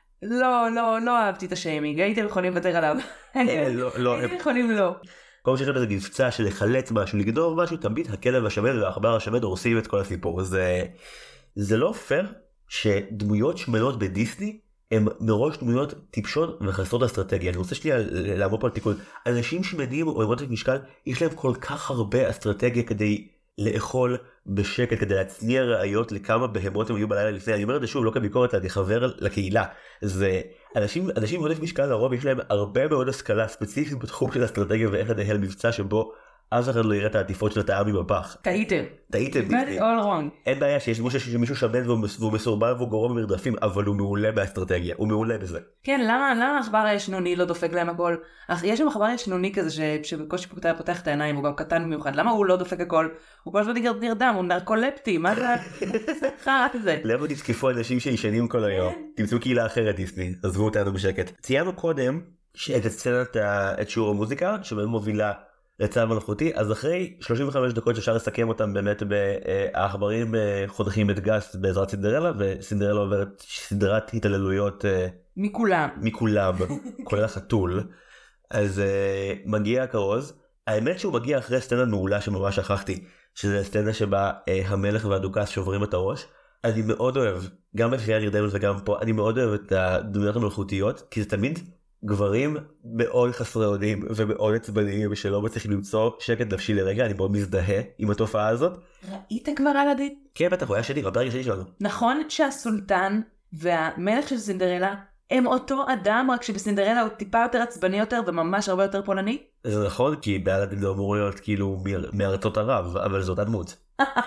לא, לא, לא אהבתי את השיימינג, הייתם יכולים לוותר עליו. אה, לא, לא. הייתם יכולים לא. כל שיש בזה מבצע של לחלץ משהו, לגדור משהו, תמיד הכלב השמן והעכבר השמן הורסים את כל הסיפור. זה, זה לא פייר שדמויות שמנות בדיסני הם מראש דמויות טיפשות וחסרות אסטרטגיה. אני רוצה שנייה לעמוד פה על תיקון. אנשים שמנים או עמוד משקל, יש להם כל כך הרבה אסטרטגיה כדי לאכול בשקט, כדי להצניע ראיות לכמה בהמות הם היו בלילה לפני. אני אומר את זה שוב, לא כביקורת, אני חבר לקהילה. זה אנשים, אנשים עודף משקל לרוב יש להם הרבה מאוד השכלה ספציפית בתחום של אסטרטגיה ואיך לנהל מבצע שבו אף אחד לא יראה את העטיפות של הטעם מבפח. טעיתם. טעיתם. Very all wrong. אין בעיה שיש מישהו שמן והוא מסורבל והוא גורם במרדפים, אבל הוא מעולה באסטרטגיה, הוא מעולה בזה. כן, למה, למה העכבר הישנוני לא דופק להם הכל? יש שם עכבר ישנוני כזה שבקושי פותח את העיניים, הוא גם קטן במיוחד, למה הוא לא דופק הכל? הוא כל הזמן נרדם, הוא נרקולפטי, מה זה? חרט זה. למה תתקפו אנשים שישנים כל היום? תמצאו קהילה אחרת דיסני, עזבו אותנו בשקט. ציינו קודם שאת סצנת את שיעור המוזיקה שבאמת מובילה לצלם מלאכותי, אז אחרי שלושים וחמש דקות אפשר לסכם אותם באמת בעכברים חותכים את גס בעזרת סינדרלה, וסינדרלה עוברת סדרת התעללויות מכולם מכולם כולל החתול. אז uh, מגיע הכרוז, האמת שהוא מגיע אחרי סצנה מעולה שממש שכחתי, שזה סצנה שבה uh, המלך והדוכס שוברים את הראש. אני מאוד אוהב, גם בפייר ירדנות וגם פה, אני מאוד אוהב את הדמויות המלכותיות, כי זה תמיד גברים מאוד חסרי אונים ומאוד עצבניים שלא מצליחים למצוא שקט נפשי לרגע. אני מאוד מזדהה עם התופעה הזאת. ראית כבר אלאדין? כן, בטח, הוא היה שני, בפרק השני שלנו. נכון שהסולטן והמלך של סינדרלה הם אותו אדם, רק שבסינדרלה הוא טיפה יותר עצבני יותר וממש הרבה יותר פולני? זה נכון, כי באלאדין לא אמור להיות כאילו מארצות ערב, אבל זאת הדמות.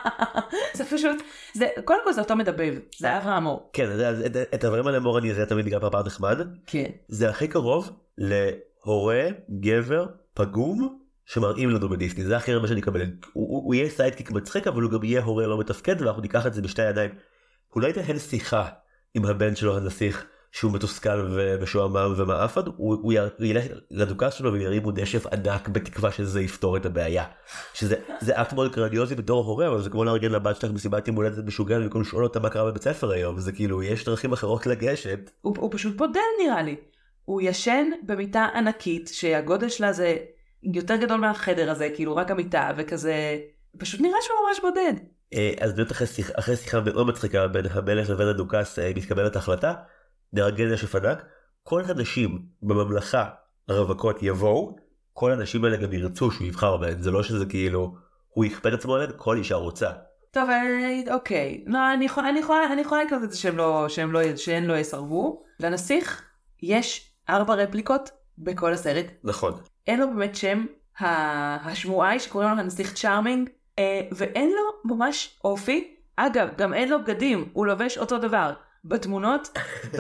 זה פשוט, זה, קודם כל זה אותו מדבב, זה אברהם מור. כן, את, את הדברים האלה מור אני זה תמיד גם פעם נחמד. כן. זה הכי קרוב להורה, גבר, פגום, שמראים לנו בדיסני, זה הכי הרבה שאני אקבל. הוא, הוא, הוא יהיה סיידקיק מצחיק, אבל הוא גם יהיה הורה לא מתפקד, ואנחנו ניקח את זה בשתי ידיים. הוא לא ייתן שיחה עם הבן שלו הנסיך, שהוא מתוסכל ומשועמם ומאפד, הוא, הוא ילך לדוכס שלו וירימו נשף ענק בתקווה שזה יפתור את הבעיה. שזה זה אקט מאוד קרדיוזי בתור הורה, אבל זה כמו לארגן לבת שלך מסיבת יום הולדת משוגעת במקום לשאול אותה מה קרה בבית ספר היום. זה כאילו, יש דרכים אחרות לגשת. הוא, הוא פשוט בודל נראה לי. הוא ישן במיטה ענקית, שהגודל שלה זה יותר גדול מהחדר הזה, כאילו רק המיטה, וכזה, פשוט נראה שהוא ממש בודד. אז באמת אחרי שיחה, אחרי שיחה מאוד מצחיקה בין המלך לבין הדוכס, מתקבלת ההחלטה, נארגן נשף ענק, כל הנשים בממלכה הרווקות יבואו, כל הנשים האלה גם ירצו שהוא יבחר בהן, זה לא שזה כאילו, הוא יכפה את עצמו עליהן, כל אישה רוצה. טוב, אוקיי, לא, אני יכולה, אני יכולה, אני יכולה לקלוט את זה שהם לא, שהם לא, שהן לא יסרבו. לנסיך יש ארבע רפליקות בכל הסרט. נכון. אין לו באמת שם, השמועה היא שקוראים לו הנסיך צ'ארמינג, ואין לו ממש אופי. אגב, גם אין לו בגדים, הוא לובש אותו דבר. בתמונות,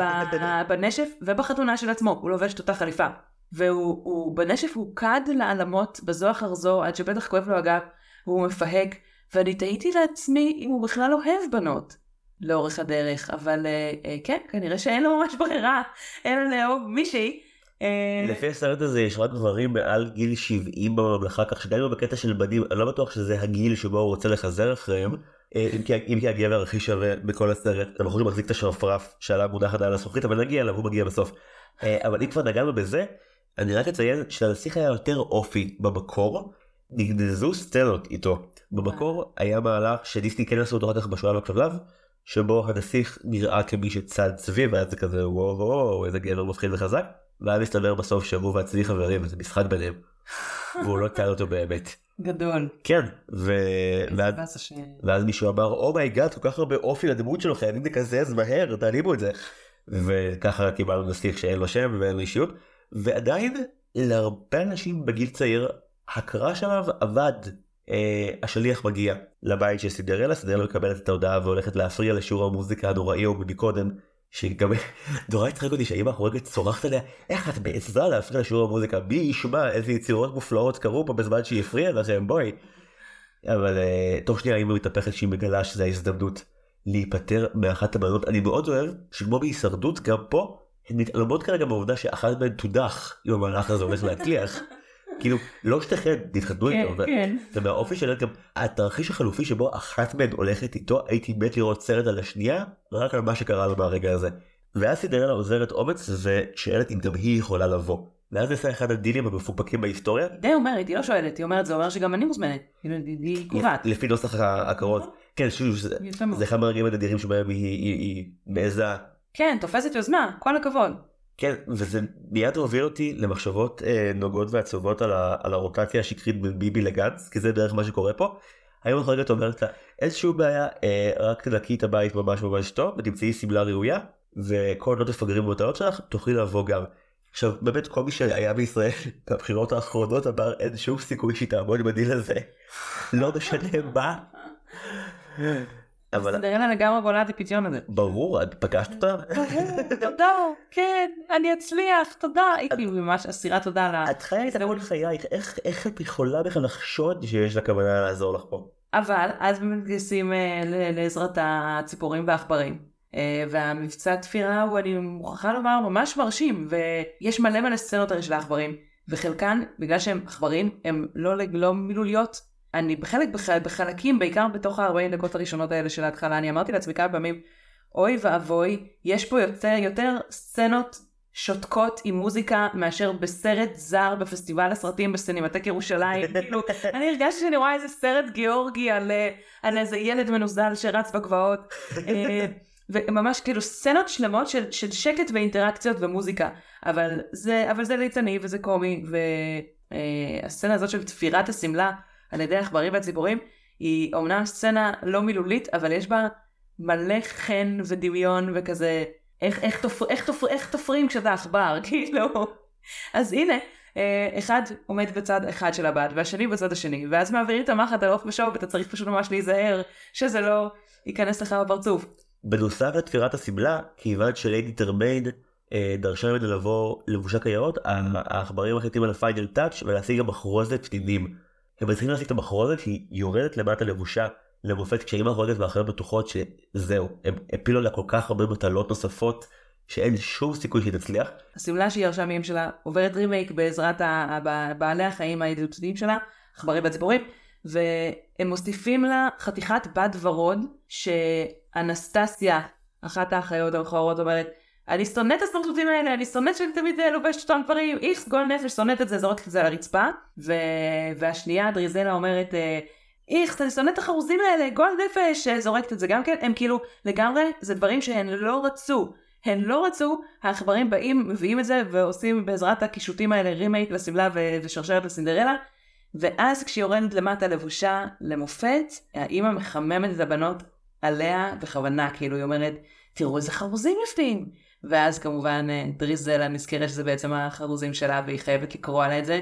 בנשף ובחתונה של עצמו, הוא לובש את אותה חליפה. והוא הוא, בנשף הוא קד לעלמות בזו אחר זו, עד שבטח כואב לו הגב, והוא מפהק, ואני תהיתי לעצמי אם הוא בכלל אוהב בנות לאורך הדרך, אבל אה, אה, כן, כנראה שאין לו ממש ברירה, אין לו לאהוב מישהי. אה... לפי הסרט הזה יש רק גברים מעל גיל שבעים בממלכה, כך שגם אם בקטע של בנים, אני לא בטוח שזה הגיל שבו הוא רוצה לחזר אחריהם, אם כי, אם כי הגבר הכי שווה בכל הסרט, אתה בחור שמחזיק את השרפרף שעליו מונחת על הזכוכית, אבל נגיע אליו, הוא מגיע בסוף. אבל אם כבר נגענו בזה, אני רק אציין שלנסיך היה יותר אופי במקור, נגנזו סצנות איתו. במקור היה מהלך שדיסני כן עשו אותו רק כך בשואה לא כלב, שבו הנסיך נראה כמי שצד צבי, ואז זה כזה וואו וואו, איזה גבר מפחיד וחזק, ואז מסתבר בסוף שהוא והצבי חברים, וזה משחק ביניהם, והוא לא צד אותו באמת. גדול. כן, ו... ואז... ש... ואז מישהו אמר, אומייגאד, כל כך הרבה אופי לדמות שלו, חייבים לקזז מהר, תעלימו את זה. וככה קיבלנו נסיך שאין לו שם ואין לו אישיות, ועדיין להרבה אנשים בגיל צעיר, הקרש עליו עבד. אה, השליח מגיע לבית של סינדרלה, סינדרלה מקבלת את ההודעה והולכת להפריע לשיעור המוזיקה הנוראי או מקודם, שגם נורא התחרק אותי שהאמא החורגת צורחת עליה, איך את בעזרה להפריע לשיעור המוזיקה, מי ישמע איזה יצירות מופלאות קרו פה בזמן שהיא הפריעה לכם, בואי. אבל uh, תוך שנייה האמא מתהפכת שהיא מגלה שזה ההזדמנות להיפטר מאחת הבנות. אני מאוד אוהב שכמו בהישרדות גם פה, הן מתעלמות כרגע מהעובדה שאחת בהן תודח אם המהלך הזה הולך להצליח. כאילו, לא שתכן, תתחתנו איתו, ומהאופי שלהם גם, התרחיש החלופי שבו אחת מהן הולכת איתו, הייתי מת לראות סרט על השנייה, רק על מה שקרה לו מהרגע הזה. ואז סינדרלה עוזרת אומץ, ושאלת אם גם היא יכולה לבוא. ואז נעשה אחד הדילים המפוקפקים בהיסטוריה. די אומרת, היא לא שואלת, היא אומרת, זה אומר שגם אני מוזמנת. היא קובעת. לפי נוסח הקרוב. כן, שוב, זה אחד מהרגעים הנדירים שבהם היא מעזה. כן, תופסת יוזמה, כל הכבוד. כן, וזה מיד הוביל אותי למחשבות אה, נוגעות ועצובות על, ה, על הרוטציה השקרית בין ביבי לגנץ, כי זה דרך מה שקורה פה. היום החרגת אומרת לה, איזשהו בעיה, אה, רק תדקי את הבית ממש ממש טוב, ותמצאי סמלה ראויה, וכל עוד תפגרים במטרות שלך, תוכלי לבוא גם. עכשיו, באמת כל מי שהיה בישראל בבחירות האחרונות אמר, אין שום סיכוי שהיא תעמוד בדיל הזה. לא משנה מה. סינדרלה לגמרי בולעת הפיתיון הזה. ברור, את פגשת אותה? תודה, כן, אני אצליח, תודה. היא כאילו ממש אסירת תודה לה. את חיה את המון חייך, איך את יכולה בכלל לחשוד שיש לה כוונה לעזור לך פה? אבל אז באמת מתגייסים לעזרת הציפורים והעכברים. והמבצע תפירה הוא, אני מוכרחה לומר, ממש מרשים, ויש מלא מלא סצנות של העכברים, וחלקן, בגלל שהם עכברים, הם לא מילוליות. אני בחלק בחלקים, בעיקר בתוך ה-ארבעים דקות הראשונות האלה של ההתחלה, אני אמרתי לעצמי כמה פעמים, אוי ואבוי, יש פה יותר, יותר סצנות שותקות עם מוזיקה מאשר בסרט זר בפסטיבל הסרטים בסינמטק ירושלים. כאילו, אני הרגשתי שאני רואה איזה סרט גיאורגי על, על איזה ילד מנוזל שרץ בגבעות. וממש כאילו סצנות שלמות של, של שקט ואינטראקציות ומוזיקה. אבל זה, אבל זה ליצני וזה קומי. והסצנה הזאת של תפירת הסמלה על ידי העכברים והציפורים, היא אומנם סצנה לא מילולית, אבל יש בה מלא חן ודמיון וכזה, איך, איך, תופר, איך, תופר, איך תופרים כשאתה עכבר, כאילו. אז הנה, אחד עומד בצד אחד של הבד, והשני בצד השני, ואז מעבירים את המחט על אוף בשוב, ואתה צריך פשוט ממש להיזהר, שזה לא ייכנס לך בפרצוף. בנוסף לתפירת הסמלה, כיוון שליידי טרמיין דרשה ממנו לבוא לבושה כיאות, העכברים מחליטים על הפיינל טאץ' ולהשיג המחרוזת פנינים. הם צריכים להשיג את המחרוזת, היא יורדת למטה לבושה, למופת קשיים מחרוזת ואחרות בטוחות שזהו, הם הפילו לה כל כך הרבה מטלות נוספות, שאין שום סיכוי שהיא תצליח. הסמלה שהיא ירשה מהם שלה עוברת רימייק בעזרת בעלי החיים הידידותיים שלה, עכברים והציפורים, והם מוסיפים לה חתיכת בד ורוד, שאנסטסיה, אחת האחיות המכוערות, אומרת, אני שונאת את הסרטוטים האלה, אני שונאת שאני תמיד לובשת אותם דברים, איכס גול נפש, שונאת את זה, זורקת את זה על הרצפה, ו... והשנייה דריזלה אומרת, איכס, אני שונאת את החרוזים האלה, גול נפש, זורקת את זה גם כן, הם כאילו לגמרי, זה דברים שהן לא רצו, הן לא רצו, העכברים באים, מביאים את זה, ועושים בעזרת הקישוטים האלה רימייק לסמלה ו... ושרשרת לסינדרלה, ואז כשהיא יורדת למטה לבושה למופת, האמא מחממת את הבנות עליה בכוונה, כאילו היא אומרת, תראו איזה חרוזים יפים, ואז כמובן דריזלה נזכרת שזה בעצם החרוזים שלה, והיא חייבת לקרוא על את זה,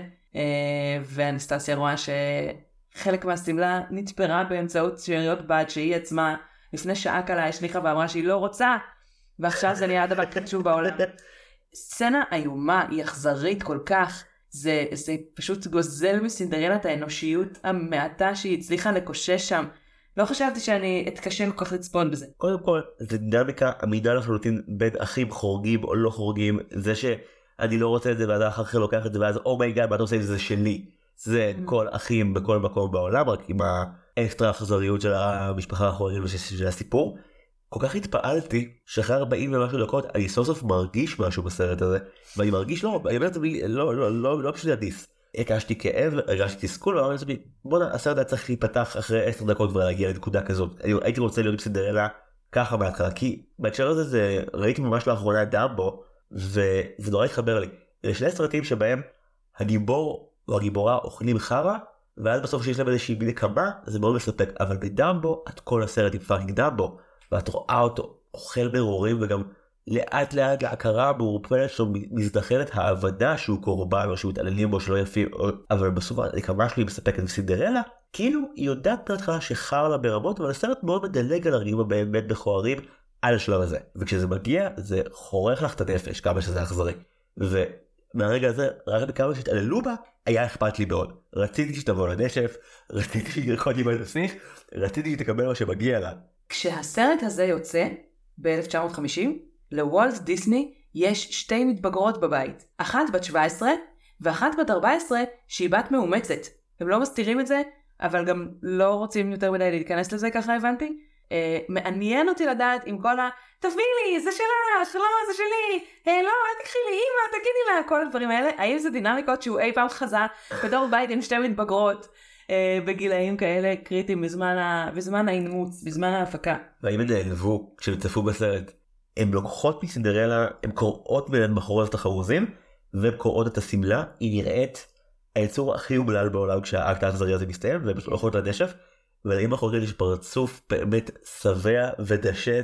ואנסטסיה רואה שחלק מהסמלה נתפרה באמצעות שאריות בד, שהיא עצמה לפני שעה קלה השליחה ואמרה שהיא לא רוצה, ועכשיו זה נהיה הדבר חשוב בעולם. סצנה איומה, היא אכזרית כל כך, זה, זה פשוט גוזל מסינדרלה את האנושיות המעטה שהיא הצליחה לקושש שם. לא חשבתי שאני אתקשה כל כך לצפון בזה. קודם כל, זה דינמיקה עמידה לחלוטין בין אחים חורגים או לא חורגים. זה שאני לא רוצה את זה ואתה אחר כך לוקח את זה ואז אומייגאד, מה אתה עושה את זה שלי. זה כל אחים בכל מקום בעולם, רק עם האקסטרה החזריות של המשפחה החורגים ושל הסיפור. כל כך התפעלתי שאחרי ארבעים ומשהו דקות אני סוף סוף מרגיש משהו בסרט הזה, ואני מרגיש לא, אני אומר את זה לא, לא, לא, לא פשוט להדיס. הרגשתי כאב, הרגשתי תסכול, ואמרתי לעצמי, בוא'נה, הסרט היה צריך להיפתח אחרי עשר דקות ולהגיע לנקודה כזאת. הייתי רוצה לראות סינדרלה ככה מההתחלה, כי בהקשר הזה זה, ראיתי ממש לאחרונה את דמבו, וזה נורא התחבר לי. אלה שני סרטים שבהם הגיבור או הגיבורה אוכלים חרה, ואז בסוף שיש להם איזושהי נקמה, זה מאוד מספק. אבל בדמבו, את כל הסרט עם פאקינג דמבו, ואת רואה אותו אוכל ברורים, וגם לאט לאט להכרה מעורפלת שלו מזדחלת העבדה שהוא קורבן או שהוא מתעללים בו שלא יפים, אבל בסוף הנקמה שלי מספקת וסינדרלה, כאילו היא יודעת בהתחלה שחר לה ברמות, אבל הסרט מאוד מדלג על הרגעים הבאמת מכוערים על השלב הזה, וכשזה מגיע זה חורך לך את הנפש כמה שזה אכזרי, ומהרגע הזה רק בכמה שהתעללו בה היה אכפת לי מאוד. רציתי שתבוא לנשף, רציתי שתרקוד לי בנסיך, רציתי שתקבל מה שמגיע לה. כשהסרט הזה יוצא ב-אלף תשע מאות וחמישים, לוולט דיסני יש שתי מתבגרות בבית. אחת בת שבע עשרה ואחת בת ארבע עשרה שהיא בת מאומצת. הם לא מסתירים את זה, אבל גם לא רוצים יותר מדי להיכנס לזה, ככה הבנתי. אה, מעניין אותי לדעת עם כל ה... תביא לי, זה שלך, לא, זה שלי. אה, לא, אל תקחי לי, אמא, תגידי לה, כל הדברים האלה. האם זה דינמיקות שהוא אי פעם חזה בתור בית עם שתי מתבגרות אה, בגילאים כאלה קריטיים בזמן, ה... בזמן האימוץ, בזמן ההפקה? והאם הם נעלבו כשצפו בסרט? הן לוקחות מסינדרלה, הן קוראות בין מחרוזת החרוזים, והן קוראות את הסמלה, היא נראית היצור הכי אומלל בעולם כשהאקט האכזרי הזה מסתיים, והן הולכות לדשף, ולאמא חורגת יש פרצוף באמת שבע ודשת,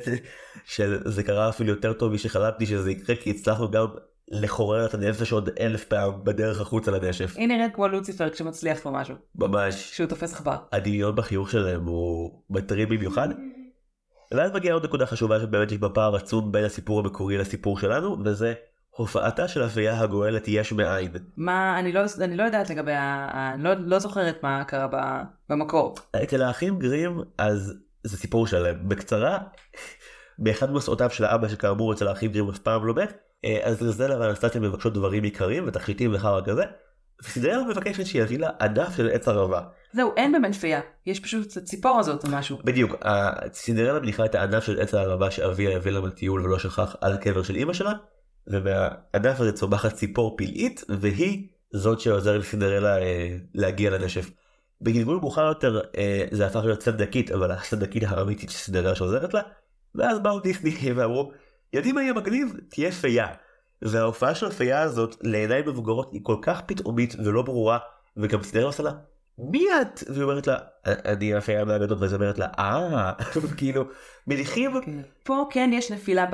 שזה קרה אפילו יותר טוב משחלמתי שזה יקרה, כי הצלחנו גם לחורר את הנפש עוד אלף פעם בדרך החוץ על הדשף. היא נראית כמו לוציפר כשמצליח פה משהו. ממש. שהוא תופס עכבר. הדמיון בחיוך שלהם הוא מטריד במיוחד. ואז מגיעה עוד נקודה חשובה שבאמת יש בפער עצום בין הסיפור המקורי לסיפור שלנו, וזה הופעתה של הוויה הגואלת יש מאין. מה, אני לא, אני לא יודעת לגבי, אני לא, לא זוכרת מה קרה במקור. אצל האחים גרים, אז זה סיפור שלהם. בקצרה, באחד מסעותיו של האבא שכאמור אצל האחים גרים אף פעם לא מת, אז דריזלה ואנסטסיה מבקשות דברים עיקריים ותכשיטים וחרא כזה, וסינדרלה מבקשת שיביא לה ענף של עץ ערבה. זהו, אין במנפייה, יש פשוט ציפור הזאת או משהו. בדיוק, סינדרלה מניחה את הענף של עץ הערבה שאביה הביא לה בטיול ולא שכח על הקבר של אמא שלה, ומהענף הזה צומחת ציפור פלאית, והיא זאת שעוזרת לסינדרלה אה, להגיע לנשף. בגלגול מאוחר יותר אה, זה הפך להיות סנדקית, אבל הסנדקית האמיתית של סינדרלה שעוזרת לה, ואז באו דיסני ואמרו, יודעים מה יהיה מגניב? תהיה פייה. וההופעה של הפייה הזאת לעיניים מבוגרות היא כל כך פתאומית ולא ברורה, וגם סינדרלה עושה לה, מי את? והיא אומרת לה, אני הפייה מהאגדות, ואז אומרת לה, אה, כאילו, מניחים. פה כן יש נפילה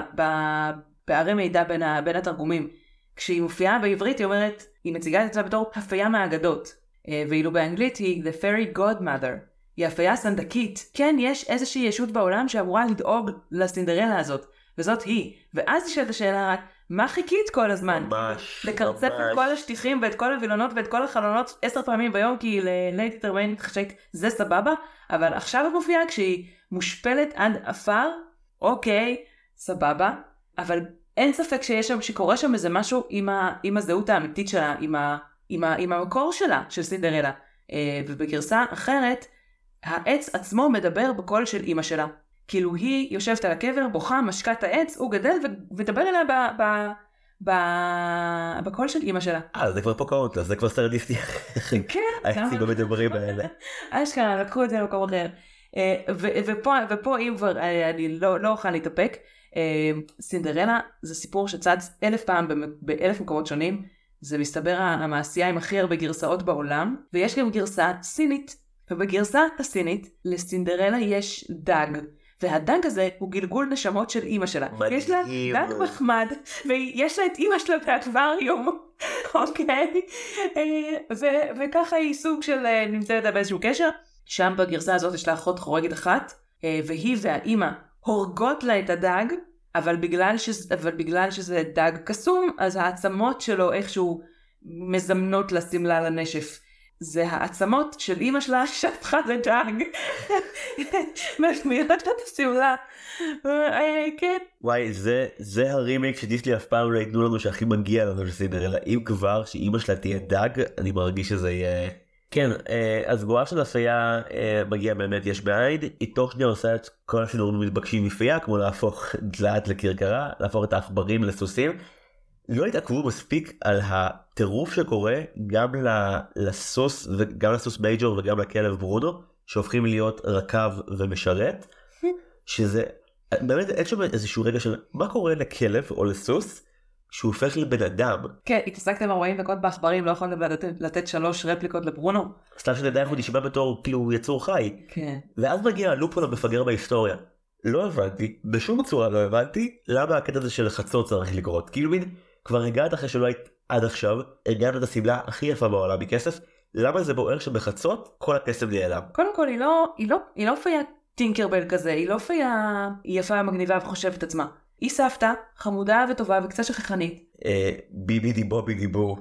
בפערי מידע בין התרגומים. כשהיא מופיעה בעברית היא אומרת, היא מציגה את זה בתור הפייה מהאגדות, ואילו באנגלית היא The Fairy Godmother, היא הפייה סנדקית. כן, יש איזושהי ישות בעולם שאמורה לדאוג לסינדרלה הזאת, וזאת היא. ואז נשאלת השאלה רק, מה חיכית כל הזמן? ממש, לקרצף ממש. את כל השטיחים ואת כל הווילונות ואת כל החלונות עשר פעמים ביום, כי לליידי טרמיין מתחשק, זה סבבה, אבל עכשיו את מופיעה כשהיא מושפלת עד אפר, אוקיי, סבבה, אבל אין ספק שיש שם, שקורה שם איזה משהו עם, ה, עם הזהות האמיתית שלה, עם, ה, עם, ה, עם המקור שלה, של סינדרלה. ובגרסה אחרת, העץ עצמו מדבר בקול של אמא שלה. כאילו היא יושבת על הקבר, בוכה, משקה את העץ, הוא גדל ודבר אליה ב, ב, ב, בקול של אמא שלה. אה, זה כבר פוקהונטס, זה כבר סרט דיסני. כן. העצים המדברים האלה. אשכרה, לקחו את זה למקום אחר. ופה, ופה אם כבר אני לא, לא אוכל להתאפק, סינדרלה זה סיפור שצץ אלף פעם באלף מקומות שונים, זה מסתבר המעשייה עם הכי הרבה גרסאות בעולם, ויש גם גרסה סינית, ובגרסה הסינית לסינדרלה יש דג, והדג הזה הוא גלגול נשמות של אמא שלה. מדהים. יש לה דג מחמד, ויש לה את אמא שלה באקווריום, אוקיי? ו- וככה היא סוג של נמצאת באיזשהו קשר. שם בגרסה הזאת יש לה אחות חורגת אחת, והיא והאמא הורגות לה את הדג, אבל בגלל, שזה, אבל בגלל שזה דג קסום, אז העצמות שלו איכשהו מזמנות לסמלה לנשף. זה העצמות של אמא שלה שפכה לדג. משמיעות לה את הסמלה. כן. וואי, זה, זה הרימיק שדיסלי אף פעם לא יתנו לנו שהכי מגיע לנו לסינדרלה. אם כבר שאמא שלה תהיה דג, אני מרגיש שזה יהיה... כן, אז גואה של הפייה מגיע באמת יש בעין, היא תוך שניה עושה את כל הסידורים מתבקשים מפייה, כמו להפוך דלעת לקרקרה, להפוך את העכברים לסוסים. לא התעכבו מספיק על הטירוף שקורה גם לסוס וגם לסוס מייג'ור וגם לכלב ברונו, שהופכים להיות רכב ומשרת, שזה באמת אין שם איזשהו רגע של מה קורה לכלב או לסוס, שהוא הופך לבן אדם. כן, התעסקתם ארבעים דקות בעכברים, לא יכולתם לתת, לתת שלוש רפליקות לברונו. סתם שנדע איך הוא נשמע בתור כאילו יצור חי. כן. ואז מגיע הלופול המפגר בהיסטוריה. לא הבנתי, בשום צורה לא הבנתי, למה הקטע הזה של חצות צריך לקרות. כאילו מין, כבר הגעת אחרי שלא היית עד עכשיו, הגעת את הסמלה הכי יפה בעולם מכסף, למה זה בוער שבחצות כל הכסף נעלם? קודם כל, היא לא, היא לא, היא לא פייה טינקרבל כזה, היא לא פייה, היא יפה מגניבה וחושבת עצמה. היא סבתא, חמודה וטובה וקצת שכחנית. ביבי די בובי דיבור.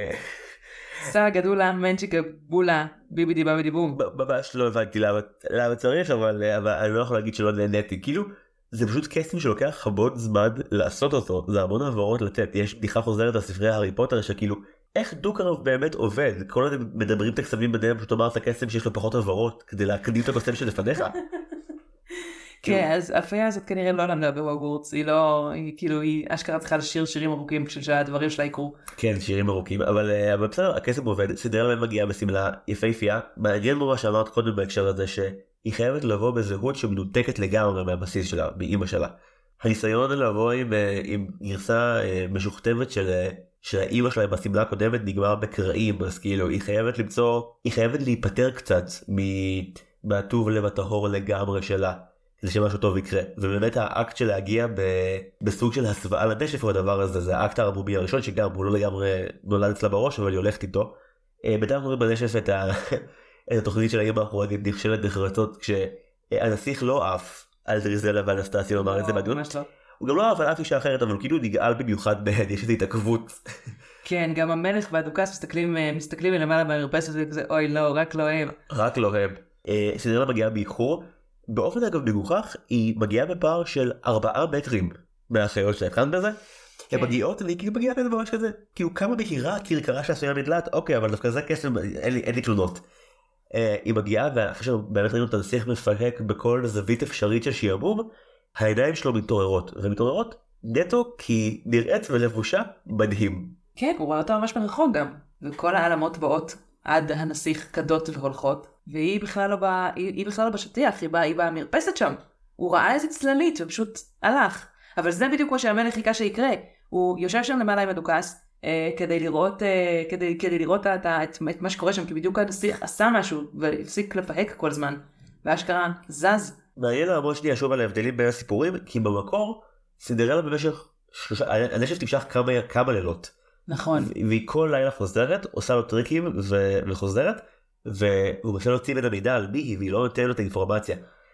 סע גדולה, מנצ'יקה בולה, ביבי די בובי דיבור. ממש לא הבנתי למה צריך, אבל אני לא יכול להגיד שלא נהניתי. כאילו, זה פשוט קסם שלוקח המון זמן לעשות אותו. זה המון עברות לתת. יש בדיחה חוזרת על ספרי הארי פוטר שכאילו, איך דוקרב באמת עובד? כל עוד הם מדברים את הקסמים ביניהם, פשוט אומר את הקסם שיש לו פחות עברות, כדי להקדים את הקוסם שלפניך. כן, אז הפייה הזאת כנראה לא למדה בווגוורטס, היא לא, היא כאילו, היא אשכרה צריכה לשיר שירים ארוכים בשביל שהדברים שלה יקרו. כן, שירים ארוכים, אבל בסדר, הכסף עובד, סינדרלה מגיעה בסמלה יפהפייה, מעניין מה שאמרת קודם בהקשר הזה, שהיא חייבת לבוא בזהות שמנותקת לגמרי מהבסיס שלה, מאמא שלה. הניסיון לבוא עם, עם גרסה משוכתבת של, של האמא שלה בסמלה הקודמת נגמר בקרעים, אז כאילו, היא חייבת למצוא, היא חייבת להיפטר קצת מהטוב לב הטהור לגמרי שלה. זה שמשהו טוב יקרה, ובאמת האקט של להגיע ב... בסוג של הסוואה לנשף הוא הדבר הזה, זה האקט הרבומי הראשון שגם הוא לא לגמרי נולד אצלה בראש, אבל היא הולכת איתו. בינתיים אנחנו רואים בנשף את, ה... את התוכנית של האמא החורגת נכשלת נחרצות, כשהנסיך לא עף על דריזלה ואנסטסיה לומר את זה בדיון. הוא גם לא עף על אף אישה אחרת, אבל הוא כאילו נגעל במיוחד בהד, יש איזו התעכבות. כן, גם המלך והדוכס מסתכלים, מסתכלים מלמעלה מהמרפסת וכזה, אוי לא, רק לא הם. רק לא הם. סינדרלה מגיעה באיחור. באופן אגב מגוחך, היא מגיעה בפער של ארבעה מטרים מהחיות שלה, הבחנת בזה? הן מגיעות, והיא כאילו מגיעה ממש כזה, כאילו כמה מהירה הכרכרה של הסויה מדלת, אוקיי, אבל דווקא זה קסם, אין לי תלונות. היא מגיעה, ואחרי שבאמת ראינו את הנסיך מפהק בכל זווית אפשרית של שיעמום, העיניים שלו מתעוררות, ומתעוררות נטו כי נראית ולבושה מדהים. כן, הוא רואה אותו ממש מרחוק גם, וכל העלמות באות עד הנסיך קדות והולכות, והיא בכלל לא באה, היא, היא בכלל לא בשטיח, היא באה, היא באה מרפסת שם. הוא ראה איזה צללית ופשוט הלך. אבל זה בדיוק מה שהמלך חיכה שיקרה. הוא יושב שם למעלה עם הדוכס, אה, כדי לראות, אה, כדי, כדי לראות את, את, את מה שקורה שם, כי בדיוק הנסיך עשה משהו, והפסיק לפהק כל זמן. ואשכרה זז. מעניין לעמוד שנייה שוב על ההבדלים בין הסיפורים, כי במקור סינדרלה במשך שלושה, הנשף תמשך כמה, כמה לילות. נכון. והיא כל לילה חוזרת, עושה לו טריקים ו... וחוזרת, והוא מנסה להוציא את המידע על מי היא, והיא לא נותנת לו את האינפורמציה.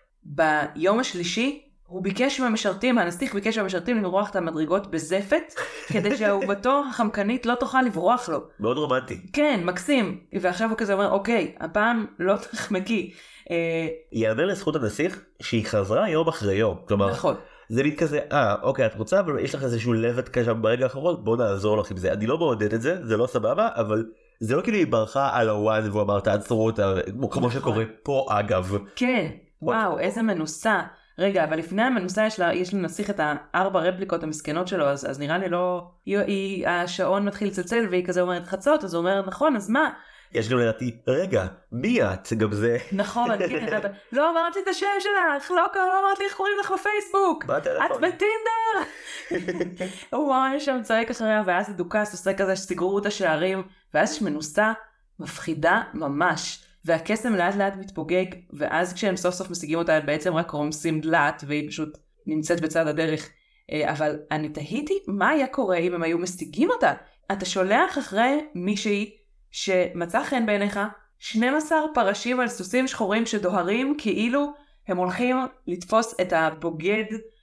ביום השלישי, הוא ביקש מהמשרתים, הנסיך ביקש מהמשרתים למרוח את המדרגות בזפת, כדי שאהובתו החמקנית לא תוכל לברוח לו. מאוד רומנטי. כן, מקסים. ועכשיו הוא כזה אומר, אוקיי, הפעם לא תחמקי. יאמר לזכות הנסיך שהיא חזרה יום אחרי יום. כלומר, נכון. זה מין כזה, אה, אוקיי, את רוצה, אבל יש לך איזשהו לבט כזה ברגע האחרון, בוא נעזור לך עם זה. אני לא מעודד את זה, זה לא סבבה, אבל זה לא כאילו היא ברחה על הוואן והוא אמר, תעצרו אותה, כמו שקורה פה אגב. כן, וואו, איזה מנוסה. רגע, אבל לפני המנוסה יש לה, יש לה נסיך את הארבע רפליקות המסכנות שלו, אז, אז נראה לי לא, היא, היא, השעון מתחיל לצלצל והיא כזה אומרת חצות, אז הוא אומר, נכון, אז מה? יש גם לדעתי, רגע, מי את? גם זה. נכון, כן, לא אמרת לי את השם שלך, לא, לא אמרת לי איך קוראים לך בפייסבוק. את בטינדר. הוא ממש שם צועק אחריה, ואז הדוכס עושה כזה שסגרו את השערים, ואז יש מנוסה מפחידה ממש. והקסם לאט לאט מתפוגג, ואז כשהם סוף סוף משיגים אותה, בעצם רק רומסים דלת, והיא פשוט נמצאת בצד הדרך. אבל אני תהיתי מה היה קורה אם הם היו משיגים אותה. אתה שולח אחרי מישהי שמצא חן בעיניך, שנים עשר פרשים על סוסים שחורים שדוהרים, כאילו הם הולכים לתפוס את הבוגד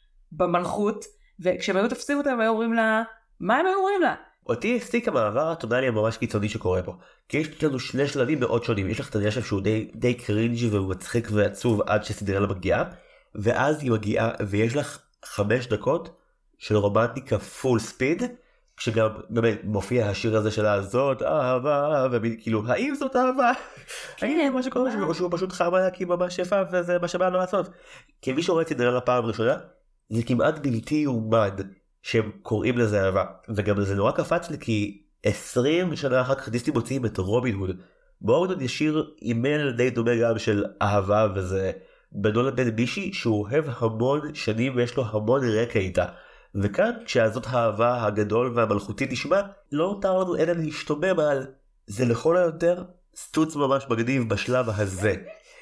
במלכות, וכשהם היו תופסים אותה, הם היו אומרים לה, מה הם היו אומרים לה? אותי הפסיק המעבר הטונאלי הממש קיצוני שקורה פה, כי יש לנו שני שלבים מאוד שונים. יש לך את הנשף שהוא די, די קרינג' ומצחיק ועצוב עד שסינדרלה מגיעה, ואז היא מגיעה ויש לך חמש דקות של רומנטיקה פול ספיד, כשגם באמת מופיע השיר הזה של הזאת אהבה, וכאילו האם זאת אהבה? האם מה שקורה שהוא פשוט חמה כי ממש יפה וזה מה שבא לו לעשות. כי מי שרואה את סינדרלה פעם ראשונה, זה כמעט בלתי יאומן שהם קוראים לזה אהבה, וגם זה נורא קפץ לי כי עשרים שנה אחר כך דיסני מוציאים את רובין הוד. ברובין הוד ישיר אימן די דומה גם של אהבה, וזה בנו לבן מישהי שהוא אוהב המון שנים ויש לו המון רקע איתה. וכאן כשהזאת האהבה הגדול והמלכותית נשמע, לא נותר לנו אלא להשתומם על זה לכל היותר סטוץ ממש מגניב בשלב הזה.